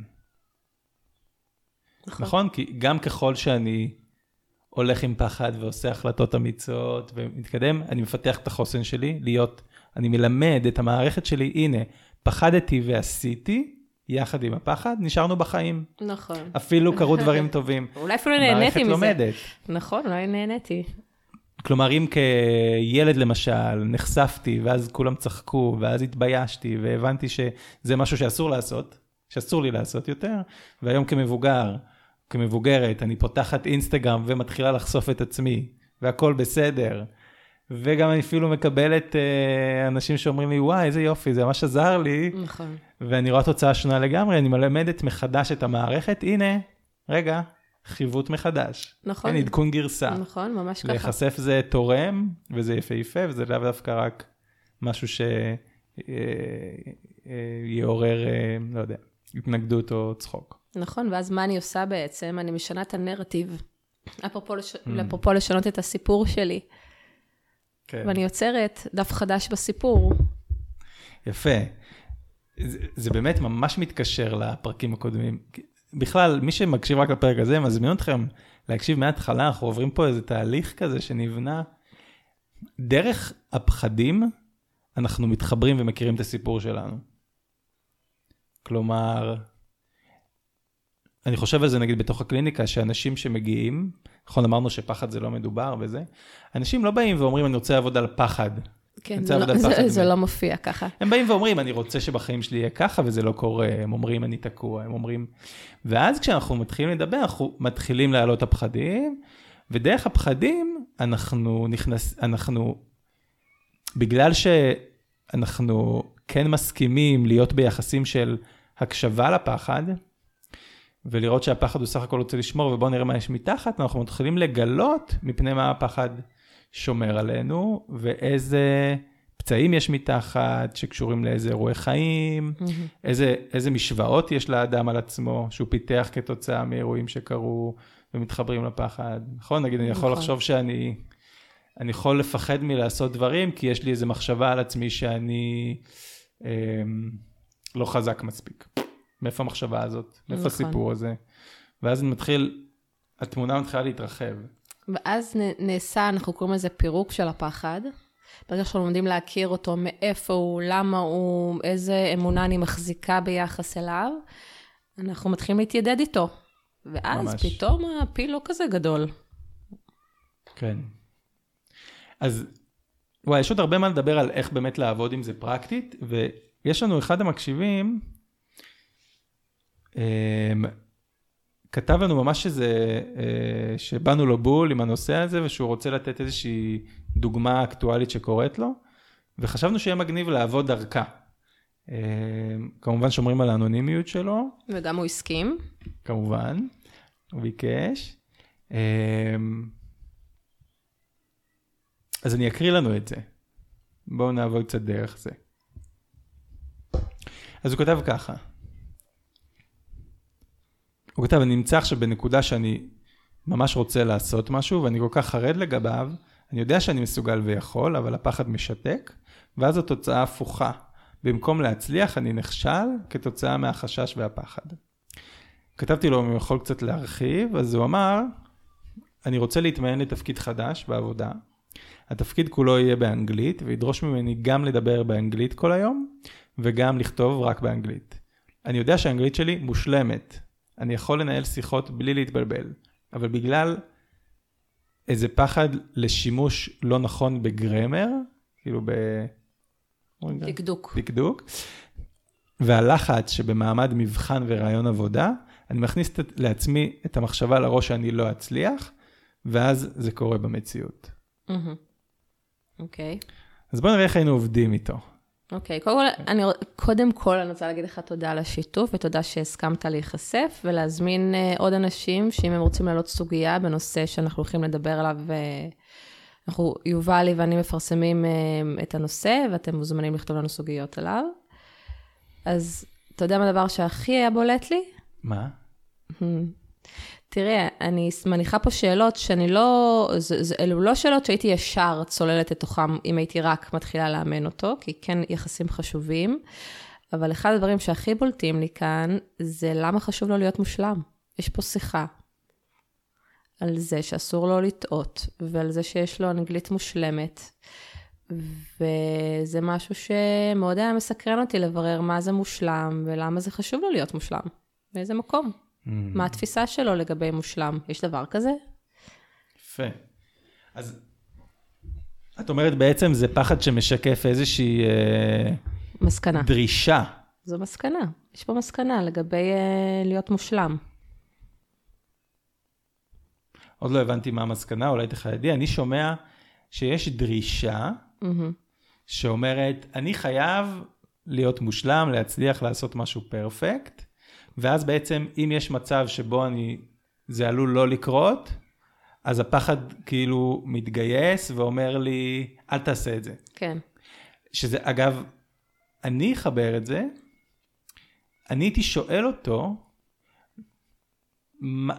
נכון. נכון? כי גם ככל שאני הולך עם פחד ועושה החלטות אמיצות ומתקדם, אני מפתח את החוסן שלי, להיות, אני מלמד את המערכת שלי, הנה, פחדתי ועשיתי, יחד עם הפחד, נשארנו בחיים. נכון. אפילו קרו דברים טובים. אולי אפילו נהניתי מזה. מערכת לומדת. נכון, אולי נהניתי. כלומר, אם כילד למשל, נחשפתי, ואז כולם צחקו, ואז התביישתי, והבנתי שזה משהו שאסור לעשות, שאסור לי לעשות יותר, והיום כמבוגר, כמבוגרת, אני פותחת אינסטגרם ומתחילה לחשוף את עצמי, והכל בסדר, וגם אני אפילו מקבלת אה, אנשים שאומרים לי, וואי, איזה יופי, זה ממש עזר לי, נכון. ואני רואה תוצאה שונה לגמרי, אני מלמדת מחדש את המערכת, הנה, רגע, חיוות מחדש. נכון. אין עדכון גרסה. נכון, ממש ככה. להיחשף זה תורם, וזה יפהפה, וזה לאו דווקא רק משהו שיעורר, לא יודע, התנגדות או צחוק. נכון, ואז מה אני עושה בעצם? אני משנה את הנרטיב. אפרופו, לש... mm. אפרופו לשנות את הסיפור שלי. כן. ואני יוצרת דף חדש בסיפור. יפה. זה, זה באמת ממש מתקשר לפרקים הקודמים. בכלל, מי שמקשיב רק לפרק הזה, מזמין אתכם להקשיב מההתחלה, אנחנו עוברים פה איזה תהליך כזה שנבנה. דרך הפחדים, אנחנו מתחברים ומכירים את הסיפור שלנו. כלומר, אני חושב על זה נגיד בתוך הקליניקה, שאנשים שמגיעים, נכון, אמרנו שפחד זה לא מדובר וזה, אנשים לא באים ואומרים, אני רוצה לעבוד על פחד. כן, זה, לא, זה, זה לא מופיע ככה. הם באים ואומרים, אני רוצה שבחיים שלי יהיה ככה, וזה לא קורה. הם אומרים, אני תקוע, הם אומרים... ואז כשאנחנו מתחילים לדבר, אנחנו מתחילים להעלות הפחדים, ודרך הפחדים אנחנו נכנס... אנחנו... בגלל שאנחנו כן מסכימים להיות ביחסים של הקשבה לפחד, ולראות שהפחד הוא סך הכל רוצה לשמור, ובואו נראה מה יש מתחת, אנחנו מתחילים לגלות מפני מה הפחד שומר עלינו, ואיזה פצעים יש מתחת, שקשורים לאיזה אירועי חיים, mm-hmm. איזה, איזה משוואות יש לאדם על עצמו, שהוא פיתח כתוצאה מאירועים שקרו, ומתחברים לפחד. נכון? נגיד, אני יכול נכון. לחשוב שאני, אני יכול לפחד מלעשות דברים, כי יש לי איזו מחשבה על עצמי שאני אה, לא חזק מספיק. מאיפה המחשבה הזאת? מאיפה נכון. הסיפור הזה? ואז אני מתחיל, התמונה מתחילה להתרחב. ואז נעשה, אנחנו קוראים לזה פירוק של הפחד. ברגע שאנחנו לומדים להכיר אותו, מאיפה הוא, למה הוא, איזה אמונה אני מחזיקה ביחס אליו, אנחנו מתחילים להתיידד איתו. ואז ממש. פתאום הפיל לא כזה גדול. כן. אז, וואי, יש עוד הרבה מה לדבר על איך באמת לעבוד עם זה פרקטית, ויש לנו אחד המקשיבים, כתב לנו ממש שזה, שבאנו לו בול עם הנושא הזה, ושהוא רוצה לתת איזושהי דוגמה אקטואלית שקורית לו, וחשבנו שיהיה מגניב לעבוד דרכה. כמובן שומרים על האנונימיות שלו. וגם הוא הסכים. כמובן, הוא ביקש. אז אני אקריא לנו את זה. בואו נעבוד קצת דרך זה. אז הוא כתב ככה. הוא כתב, אני נמצא עכשיו בנקודה שאני ממש רוצה לעשות משהו, ואני כל כך חרד לגביו, אני יודע שאני מסוגל ויכול, אבל הפחד משתק, ואז התוצאה הפוכה. במקום להצליח, אני נכשל כתוצאה מהחשש והפחד. כתבתי לו, אם הוא יכול קצת להרחיב, אז הוא אמר, אני רוצה להתמיין לתפקיד חדש בעבודה. התפקיד כולו יהיה באנגלית, וידרוש ממני גם לדבר באנגלית כל היום, וגם לכתוב רק באנגלית. אני יודע שהאנגלית שלי מושלמת. אני יכול לנהל שיחות בלי להתבלבל, אבל בגלל איזה פחד לשימוש לא נכון בגרמר, כאילו ב... דקדוק. דקדוק, והלחץ שבמעמד מבחן ורעיון עבודה, אני מכניס לעצמי את המחשבה לראש שאני לא אצליח, ואז זה קורה במציאות. אוקיי. אז בואו נראה איך היינו עובדים איתו. אוקיי, קודם כל, אני, קודם כל אני רוצה להגיד לך תודה על השיתוף, ותודה שהסכמת להיחשף, ולהזמין עוד אנשים, שאם הם רוצים לעלות סוגיה בנושא שאנחנו הולכים לדבר עליו, אנחנו, יובלי ואני מפרסמים את הנושא, ואתם מוזמנים לכתוב לנו סוגיות עליו. אז אתה יודע מה הדבר שהכי היה בולט לי? מה? תראה, אני מניחה פה שאלות שאני לא, זה, זה, אלו לא שאלות שהייתי ישר צוללת לתוכם, אם הייתי רק מתחילה לאמן אותו, כי כן יחסים חשובים, אבל אחד הדברים שהכי בולטים לי כאן, זה למה חשוב לו להיות מושלם. יש פה שיחה על זה שאסור לו לטעות, ועל זה שיש לו אנגלית מושלמת, וזה משהו שמאוד היה מסקרן אותי לברר מה זה מושלם, ולמה זה חשוב לו להיות מושלם, באיזה מקום. Mm. מה התפיסה שלו לגבי מושלם? יש דבר כזה? יפה. אז את אומרת בעצם זה פחד שמשקף איזושהי אה, מסקנה. דרישה. זו מסקנה. יש פה מסקנה לגבי אה, להיות מושלם. עוד לא הבנתי מה המסקנה, אולי תחיידי. אני שומע שיש דרישה mm-hmm. שאומרת, אני חייב להיות מושלם, להצליח לעשות משהו פרפקט, ואז בעצם אם יש מצב שבו אני, זה עלול לא לקרות, אז הפחד כאילו מתגייס ואומר לי, אל תעשה את זה. כן. שזה אגב, אני אחבר את זה, אני הייתי שואל אותו, מה,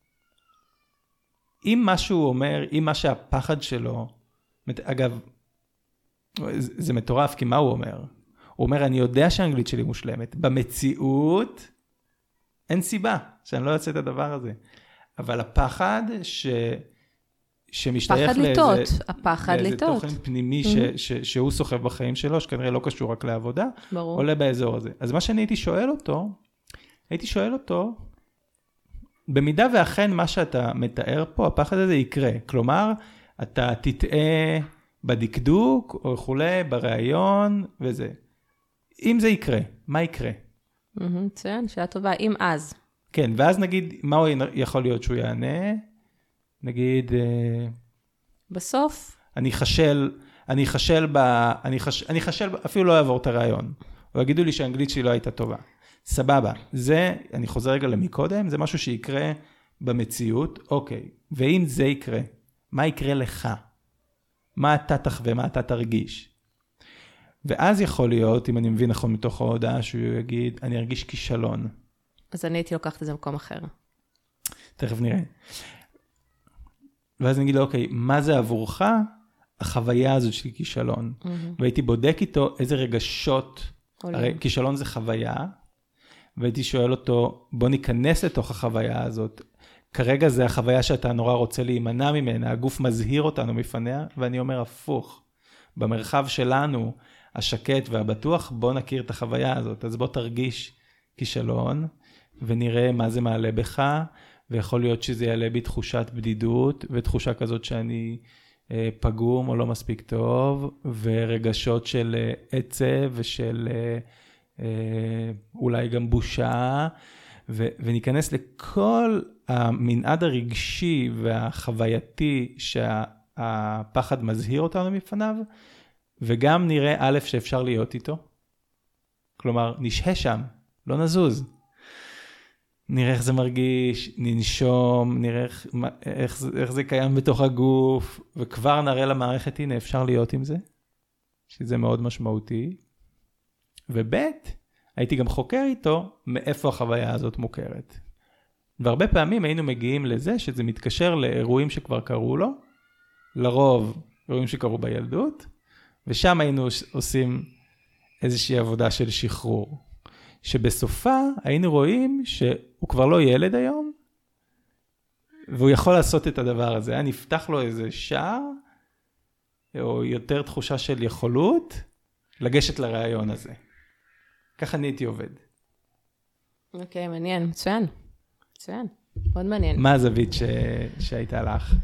אם מה שהוא אומר, אם מה שהפחד שלו, אגב, זה מטורף, כי מה הוא אומר? הוא אומר, אני יודע שהאנגלית שלי מושלמת. במציאות, אין סיבה שאני לא אעשה את הדבר הזה. אבל הפחד ש... שמשתייך פחד לאיזה... לטעות, הפחד לאיזה לטעות. תוכן פנימי ש... ש... שהוא סוחב בחיים שלו, שכנראה לא קשור רק לעבודה, ברור. עולה באזור הזה. אז מה שאני הייתי שואל אותו, הייתי שואל אותו, במידה ואכן מה שאתה מתאר פה, הפחד הזה יקרה. כלומר, אתה תטעה בדקדוק, או וכולי, ברעיון, וזה. אם זה יקרה, מה יקרה? מצוין, שאלה טובה. אם אז. כן, ואז נגיד, מה הוא יכול להיות שהוא יענה? נגיד... בסוף? אני חשל, אני חשל ב... אני חש, אני חשל, אפילו לא אעבור את הרעיון. או יגידו לי שהאנגלית שלי לא הייתה טובה. סבבה. זה, אני חוזר רגע למקודם, זה משהו שיקרה במציאות. אוקיי. ואם זה יקרה, מה יקרה לך? מה אתה תחווה, מה אתה תרגיש? ואז יכול להיות, אם אני מבין נכון מתוך ההודעה, שהוא יגיד, אני ארגיש כישלון. אז אני הייתי לוקחת את זה במקום אחר. תכף נראה. ואז אני אגיד לו, אוקיי, מה זה עבורך החוויה הזאת של כישלון? Mm-hmm. והייתי בודק איתו איזה רגשות, עולים. הרי כישלון זה חוויה, והייתי שואל אותו, בוא ניכנס לתוך החוויה הזאת. כרגע זה החוויה שאתה נורא רוצה להימנע ממנה, הגוף מזהיר אותנו מפניה, ואני אומר הפוך. במרחב שלנו, השקט והבטוח, בוא נכיר את החוויה הזאת. אז בוא תרגיש כישלון, ונראה מה זה מעלה בך, ויכול להיות שזה יעלה בי תחושת בדידות, ותחושה כזאת שאני אה, פגום או לא מספיק טוב, ורגשות של אה, עצב ושל אה, אה, אולי גם בושה, ו- וניכנס לכל המנעד הרגשי והחווייתי שהפחד מזהיר אותנו מפניו, וגם נראה א' שאפשר להיות איתו. כלומר, נשהה שם, לא נזוז. נראה איך זה מרגיש, ננשום, נראה איך, איך, זה, איך זה קיים בתוך הגוף, וכבר נראה למערכת, הנה, אפשר להיות עם זה, שזה מאוד משמעותי. וב' הייתי גם חוקר איתו, מאיפה החוויה הזאת מוכרת. והרבה פעמים היינו מגיעים לזה, שזה מתקשר לאירועים שכבר קרו לו, לרוב אירועים שקרו בילדות, ושם היינו עושים איזושהי עבודה של שחרור. שבסופה היינו רואים שהוא כבר לא ילד היום, והוא יכול לעשות את הדבר הזה. אני אפתח לו איזה שער, או יותר תחושה של יכולות, לגשת לרעיון הזה. ככה אני הייתי עובד. אוקיי, מעניין, מצוין. מצוין, מאוד מעניין. מה הזווית ש... שהייתה לך?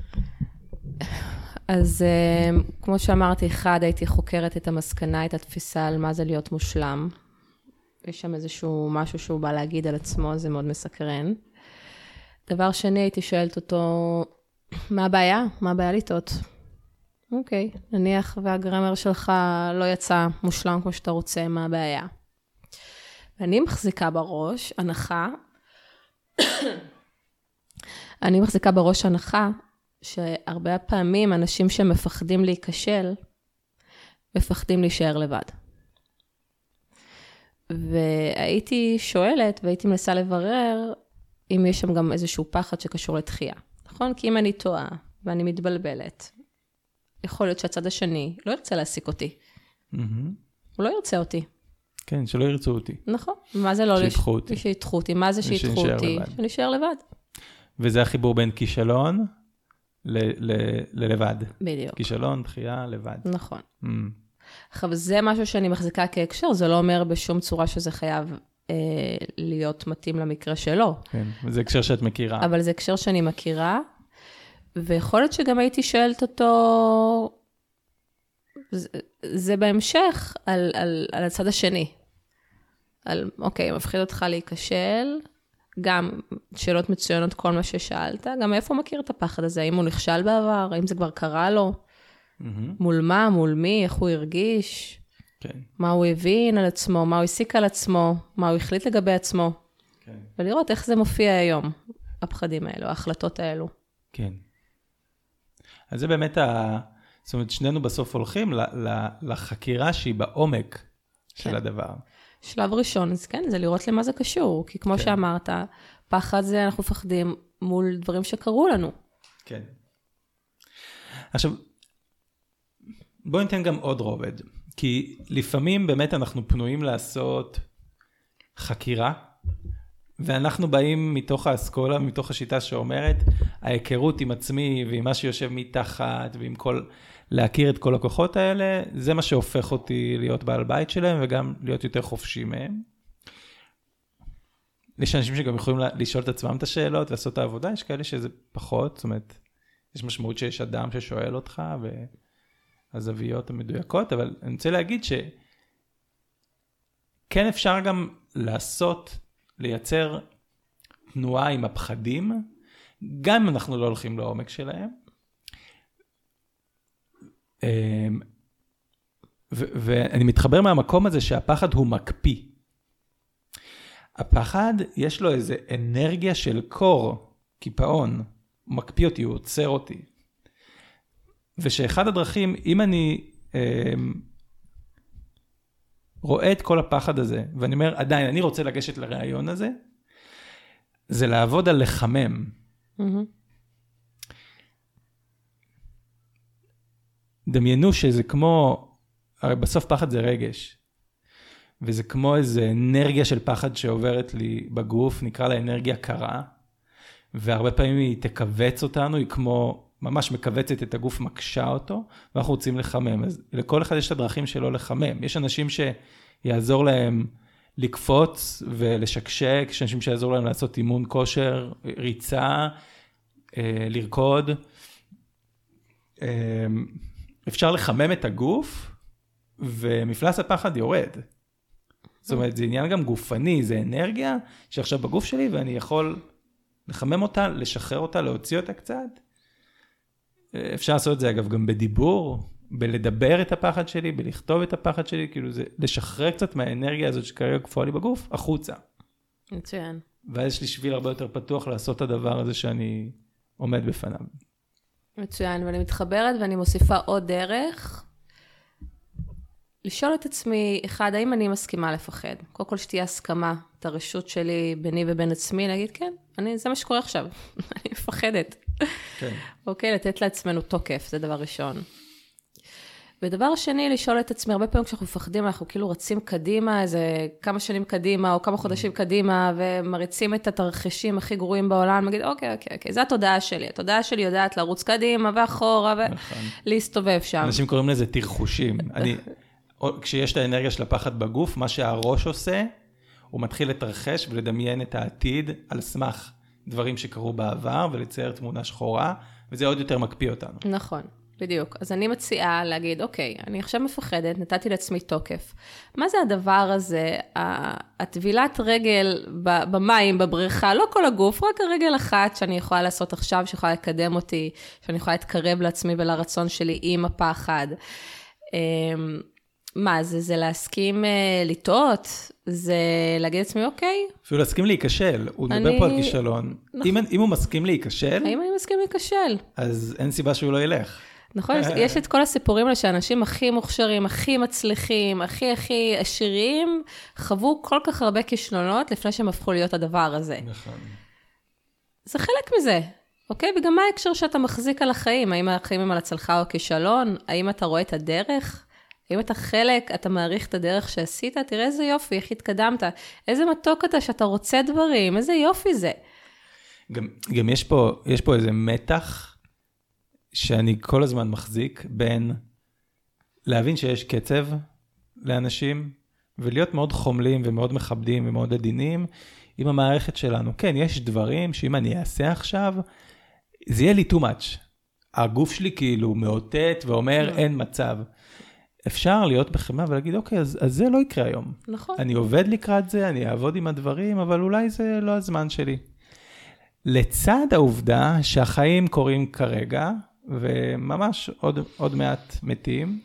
אז כמו שאמרתי, אחד, הייתי חוקרת את המסקנה, את התפיסה על מה זה להיות מושלם. יש שם איזשהו משהו שהוא בא להגיד על עצמו, זה מאוד מסקרן. דבר שני, הייתי שואלת אותו, מה הבעיה? מה הבעיה לטעות? אוקיי, נניח והגרמר שלך לא יצא מושלם כמו שאתה רוצה, מה הבעיה? אני מחזיקה בראש הנחה, אני מחזיקה בראש הנחה, שהרבה פעמים אנשים שמפחדים להיכשל, מפחדים להישאר לבד. והייתי שואלת, והייתי מנסה לברר, אם יש שם גם איזשהו פחד שקשור לתחייה. נכון? כי אם אני טועה ואני מתבלבלת, יכול להיות שהצד השני לא ירצה להעסיק אותי. Mm-hmm. הוא לא ירצה אותי. כן, שלא ירצו אותי. נכון. מה זה לא... שיתחו אותי. שיתחו אותי. מה זה שיתחו אותי? שנשאר לבד. וזה החיבור בין כישלון ל- ל- ללבד. בדיוק. כישלון, דחייה, לבד. נכון. Mm. עכשיו, זה משהו שאני מחזיקה כהקשר, זה לא אומר בשום צורה שזה חייב אה, להיות מתאים למקרה שלו. כן, וזה הקשר שאת מכירה. אבל זה הקשר שאני מכירה, ויכול להיות שגם הייתי שואלת אותו, זה, זה בהמשך על, על, על הצד השני. על, אוקיי, מפחיד אותך להיכשל, גם שאלות מצוינות כל מה ששאלת, גם איפה הוא מכיר את הפחד הזה? האם הוא נכשל בעבר? האם זה כבר קרה לו? Mm-hmm. מול מה? מול מי? איך הוא הרגיש? כן. מה הוא הבין על עצמו? מה הוא הסיק על עצמו? מה הוא החליט לגבי עצמו? כן. ולראות איך זה מופיע היום, הפחדים האלו, ההחלטות האלו. כן. אז זה באמת, ה... זאת אומרת, שנינו בסוף הולכים לחקירה שהיא בעומק כן. של הדבר. שלב ראשון, אז כן, זה לראות למה זה קשור, כי כמו כן. שאמרת, פחד זה אנחנו מפחדים מול דברים שקרו לנו. כן. עכשיו, בואו ניתן גם עוד רובד, כי לפעמים באמת אנחנו פנויים לעשות חקירה, ואנחנו באים מתוך האסכולה, מתוך השיטה שאומרת, ההיכרות עם עצמי ועם מה שיושב מתחת, ועם כל, להכיר את כל הכוחות האלה, זה מה שהופך אותי להיות בעל בית שלהם, וגם להיות יותר חופשי מהם. יש אנשים שגם יכולים לשאול את עצמם את השאלות, לעשות את העבודה, יש כאלה שזה פחות, זאת אומרת, יש משמעות שיש אדם ששואל אותך, והזוויות המדויקות, אבל אני רוצה להגיד שכן אפשר גם לעשות, לייצר תנועה עם הפחדים, גם אם אנחנו לא הולכים לעומק שלהם. ואני מתחבר מהמקום הזה שהפחד הוא מקפיא. הפחד יש לו איזה אנרגיה של קור, קיפאון, הוא מקפיא אותי, הוא עוצר אותי. ושאחד הדרכים, אם אני אה, רואה את כל הפחד הזה, ואני אומר, עדיין, אני רוצה לגשת לרעיון הזה, זה לעבוד על לחמם. Mm-hmm. דמיינו שזה כמו, הרי בסוף פחד זה רגש, וזה כמו איזו אנרגיה של פחד שעוברת לי בגוף, נקרא לה אנרגיה קרה, והרבה פעמים היא תקווץ אותנו, היא כמו ממש מקווצת את הגוף, מקשה אותו, ואנחנו רוצים לחמם. אז לכל אחד יש את הדרכים שלו לחמם. יש אנשים שיעזור להם לקפוץ ולשקשק, יש אנשים שיעזור להם לעשות אימון כושר, ריצה, לרקוד. אפשר לחמם את הגוף, ומפלס הפחד יורד. זאת אומרת, זה עניין גם גופני, זה אנרגיה שעכשיו בגוף שלי, ואני יכול לחמם אותה, לשחרר אותה, להוציא אותה קצת. אפשר לעשות את זה, אגב, גם בדיבור, בלדבר את הפחד שלי, בלכתוב את הפחד שלי, כאילו זה לשחרר קצת מהאנרגיה הזאת שכרגע קפואה לי בגוף, החוצה. מצוין. ואז יש לי שביל הרבה יותר פתוח לעשות את הדבר הזה שאני עומד בפניו. מצוין, ואני מתחברת ואני מוסיפה עוד דרך, לשאול את עצמי, אחד, האם אני מסכימה לפחד? קודם כל שתהיה הסכמה, את הרשות שלי ביני ובין עצמי, להגיד, כן, אני, זה מה שקורה עכשיו, אני מפחדת. כן. אוקיי, לתת לעצמנו תוקף, זה דבר ראשון. ודבר שני, לשאול את עצמי, הרבה פעמים כשאנחנו מפחדים, אנחנו כאילו רצים קדימה, איזה כמה שנים קדימה, או כמה חודשים קדימה, ומריצים את התרחישים הכי גרועים בעולם, מגיד, אוקיי, אוקיי, אוקיי, זו התודעה שלי. התודעה שלי יודעת לרוץ קדימה ואחורה, ולהסתובב שם. אנשים קוראים לזה תרחושים. אני, כשיש את האנרגיה של הפחד בגוף, מה שהראש עושה, הוא מתחיל לתרחש ולדמיין את העתיד על סמך דברים שקרו בעבר, ולצייר תמונה שחורה, וזה עוד יותר מקפיא אותנו. נכון. בדיוק. אז אני מציעה להגיד, אוקיי, אני עכשיו מפחדת, נתתי לעצמי תוקף. מה זה הדבר הזה, הטבילת רגל במים, בבריכה, לא כל הגוף, רק הרגל אחת שאני יכולה לעשות עכשיו, שיכולה לקדם אותי, שאני יכולה להתקרב לעצמי ולרצון שלי עם הפחד. מה זה? זה להסכים לטעות? זה להגיד לעצמי, אוקיי. אפילו להסכים להיכשל. הוא מדבר פה על כישלון. אם הוא מסכים להיכשל, האם אני מסכים להיכשל? אז אין סיבה שהוא לא ילך. נכון, יש את כל הסיפורים האלה שאנשים הכי מוכשרים, הכי מצליחים, הכי הכי עשירים, חוו כל כך הרבה כישלונות לפני שהם הפכו להיות הדבר הזה. נכון. זה חלק מזה, אוקיי? וגם מה ההקשר שאתה מחזיק על החיים? האם החיים הם על הצלחה או כישלון? האם אתה רואה את הדרך? האם אתה חלק, אתה מעריך את הדרך שעשית? תראה איזה יופי, איך התקדמת. איזה מתוק אתה שאתה רוצה דברים, איזה יופי זה. גם, גם יש פה, יש פה איזה מתח שאני כל הזמן מחזיק בין להבין שיש קצב לאנשים, ולהיות מאוד חומלים ומאוד מכבדים ומאוד עדינים עם המערכת שלנו. כן, יש דברים שאם אני אעשה עכשיו, זה יהיה לי too much. הגוף שלי כאילו מאותת ואומר אין מצב. אפשר להיות בחמה ולהגיד, אוקיי, אז, אז זה לא יקרה היום. נכון. אני עובד לקראת זה, אני אעבוד עם הדברים, אבל אולי זה לא הזמן שלי. לצד העובדה שהחיים קורים כרגע, וממש עוד, עוד מעט מתים,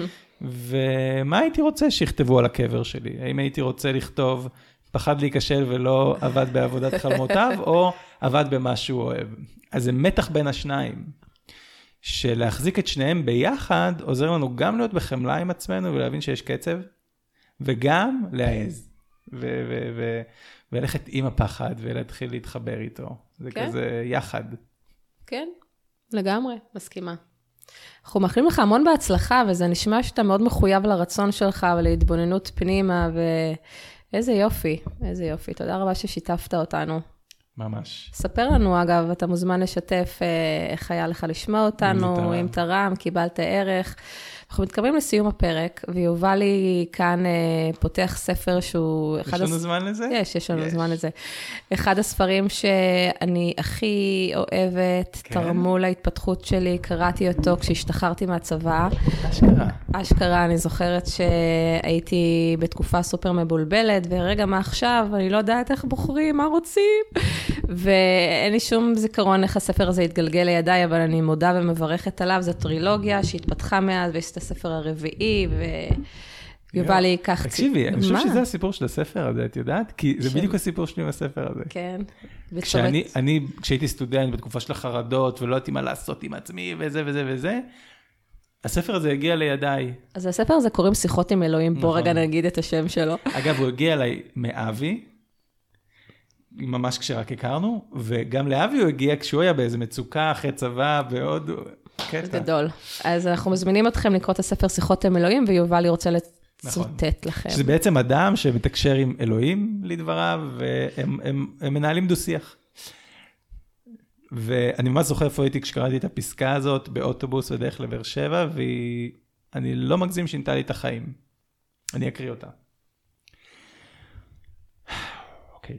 ומה הייתי רוצה שיכתבו על הקבר שלי? האם הייתי רוצה לכתוב, פחד להיכשל ולא עבד בעבודת חלמותיו, או עבד במה שהוא אוהב? אז זה מתח בין השניים, שלהחזיק את שניהם ביחד, עוזר לנו גם להיות בחמלה עם עצמנו, ולהבין שיש קצב, וגם להעז, ו- ו- ו- וללכת עם הפחד, ולהתחיל להתחבר איתו. זה כן? כזה יחד. כן, לגמרי, מסכימה. אנחנו מאחלים לך המון בהצלחה, וזה נשמע שאתה מאוד מחויב לרצון שלך, ולהתבוננות פנימה, ואיזה יופי, איזה יופי. תודה רבה ששיתפת אותנו. ממש. ספר לנו, אגב, אתה מוזמן לשתף איך היה לך לשמוע אותנו, אם תרם, קיבלת ערך. אנחנו מתקרבים לסיום הפרק, ויובלי כאן פותח ספר שהוא... יש לנו זמן לזה? יש, יש לנו זמן לזה. אחד הספרים שאני הכי אוהבת, תרמו להתפתחות שלי, קראתי אותו כשהשתחררתי מהצבא. אשכרה. אשכרה, אני זוכרת שהייתי בתקופה סופר מבולבלת, ורגע מה עכשיו, אני לא יודעת איך בוחרים, מה רוצים. ואין לי שום זיכרון איך הספר הזה התגלגל לידיי, אבל אני מודה ומברכת עליו, זו טרילוגיה שהתפתחה מאז, ויש את הספר הרביעי, ויובל לי כך... תקשיבי, אני חושב שזה הסיפור של הספר הזה, את יודעת? כי זה בדיוק הסיפור שלי עם הספר הזה. כן. כשאני, כשהייתי סטודנט בתקופה של החרדות, ולא יודעתי מה לעשות עם עצמי, וזה וזה וזה, הספר הזה הגיע לידיי. אז הספר הזה קוראים שיחות עם אלוהים, בוא רגע נגיד את השם שלו. אגב, הוא הגיע אליי מאבי, ממש כשרק הכרנו, וגם לאבי הוא הגיע כשהוא היה באיזה מצוקה אחרי צבא, ועוד קטע. גדול. אז אנחנו מזמינים אתכם לקרוא את הספר שיחות עם אלוהים, ויובלי רוצה לצוטט לכם. שזה בעצם אדם שמתקשר עם אלוהים לדבריו, והם הם, הם מנהלים דו שיח. ואני ממש זוכר איפה הייתי כשקראתי את הפסקה הזאת, באוטובוס ודרך לבאר שבע, ואני לא מגזים שינתה לי את החיים. אני אקריא אותה. אוקיי.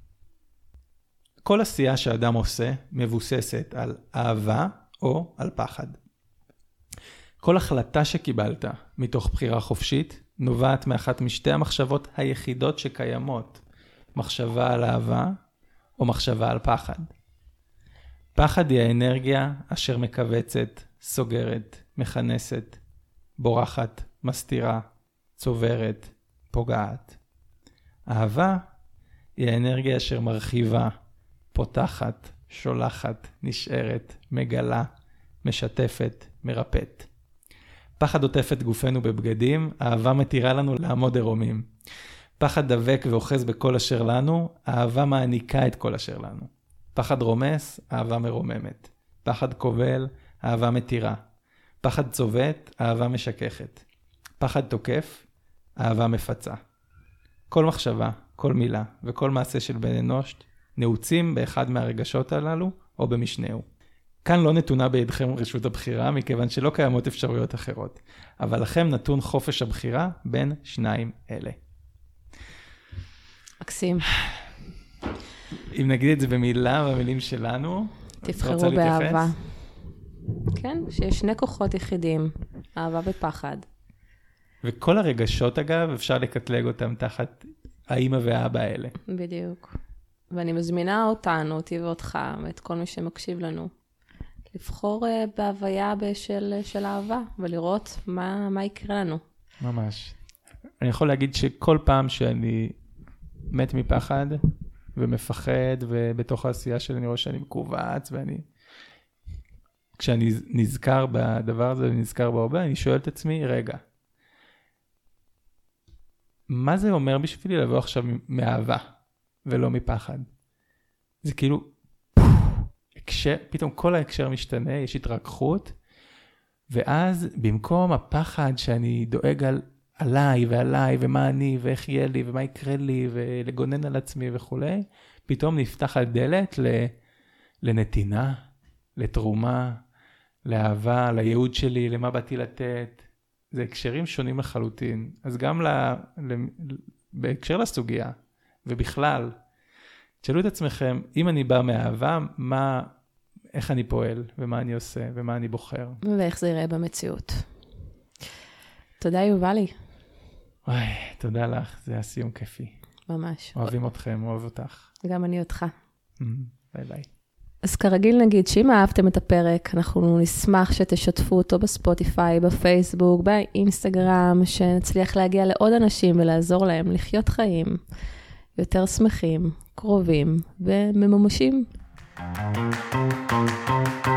כל עשייה שאדם עושה מבוססת על אהבה או על פחד. כל החלטה שקיבלת מתוך בחירה חופשית נובעת מאחת משתי המחשבות היחידות שקיימות, מחשבה על אהבה או מחשבה על פחד. פחד היא האנרגיה אשר מקבצת, סוגרת, מכנסת, בורחת, מסתירה, צוברת, פוגעת. אהבה היא האנרגיה אשר מרחיבה, פותחת, שולחת, נשארת, מגלה, משתפת, מרפאת. פחד עוטף את גופנו בבגדים, אהבה מתירה לנו לעמוד ערומים. פחד דבק ואוחז בכל אשר לנו, אהבה מעניקה את כל אשר לנו. פחד רומס, אהבה מרוממת. פחד כובל, אהבה מתירה. פחד צובט, אהבה משככת. פחד תוקף, אהבה מפצה. כל מחשבה, כל מילה וכל מעשה של בן אנוש נעוצים באחד מהרגשות הללו או במשנהו. כאן לא נתונה בידכם רשות הבחירה, מכיוון שלא קיימות אפשרויות אחרות. אבל לכם נתון חופש הבחירה בין שניים אלה. מקסים. אם נגיד את זה במילה, במילים שלנו, תבחרו באהבה. כן, שיש שני כוחות יחידים, אהבה ופחד. וכל הרגשות, אגב, אפשר לקטלג אותם תחת האמא והאבא האלה. בדיוק. ואני מזמינה אותנו, אותי ואותך, ואת כל מי שמקשיב לנו, לבחור בהוויה של, של אהבה, ולראות מה, מה יקרה לנו. ממש. אני יכול להגיד שכל פעם שאני מת מפחד, ומפחד, ובתוך העשייה שלי אני רואה שאני מקובץ, ואני... כשאני נזכר בדבר הזה, ונזכר בהרבה, אני שואל את עצמי, רגע, מה זה אומר בשבילי לבוא עכשיו מאהבה, ולא מפחד? זה כאילו, הקשר, פתאום כל ההקשר משתנה, יש התרככות, ואז במקום הפחד שאני דואג על, עליי ועליי, ומה אני, ואיך יהיה לי, ומה יקרה לי, ולגונן על עצמי וכו', פתאום נפתח הדלת לנתינה, לתרומה, לאהבה, לייעוד שלי, למה באתי לתת. זה הקשרים שונים לחלוטין. אז גם ל, ל, בהקשר לסוגיה, ובכלל, תשאלו את עצמכם, אם אני בא מאהבה, מה, איך אני פועל, ומה אני עושה, ומה אני בוחר. ואיך זה יראה במציאות. תודה, יובלי. וואי, תודה לך, זה היה סיום כיפי. ממש. אוהבים אתכם, אוהב אותך. גם אני אותך. ביי ביי. אז כרגיל נגיד שאם אהבתם את הפרק, אנחנו נשמח שתשתפו אותו בספוטיפיי, בפייסבוק, באינסטגרם, שנצליח להגיע לעוד אנשים ולעזור להם לחיות חיים יותר שמחים, קרובים ומממשים.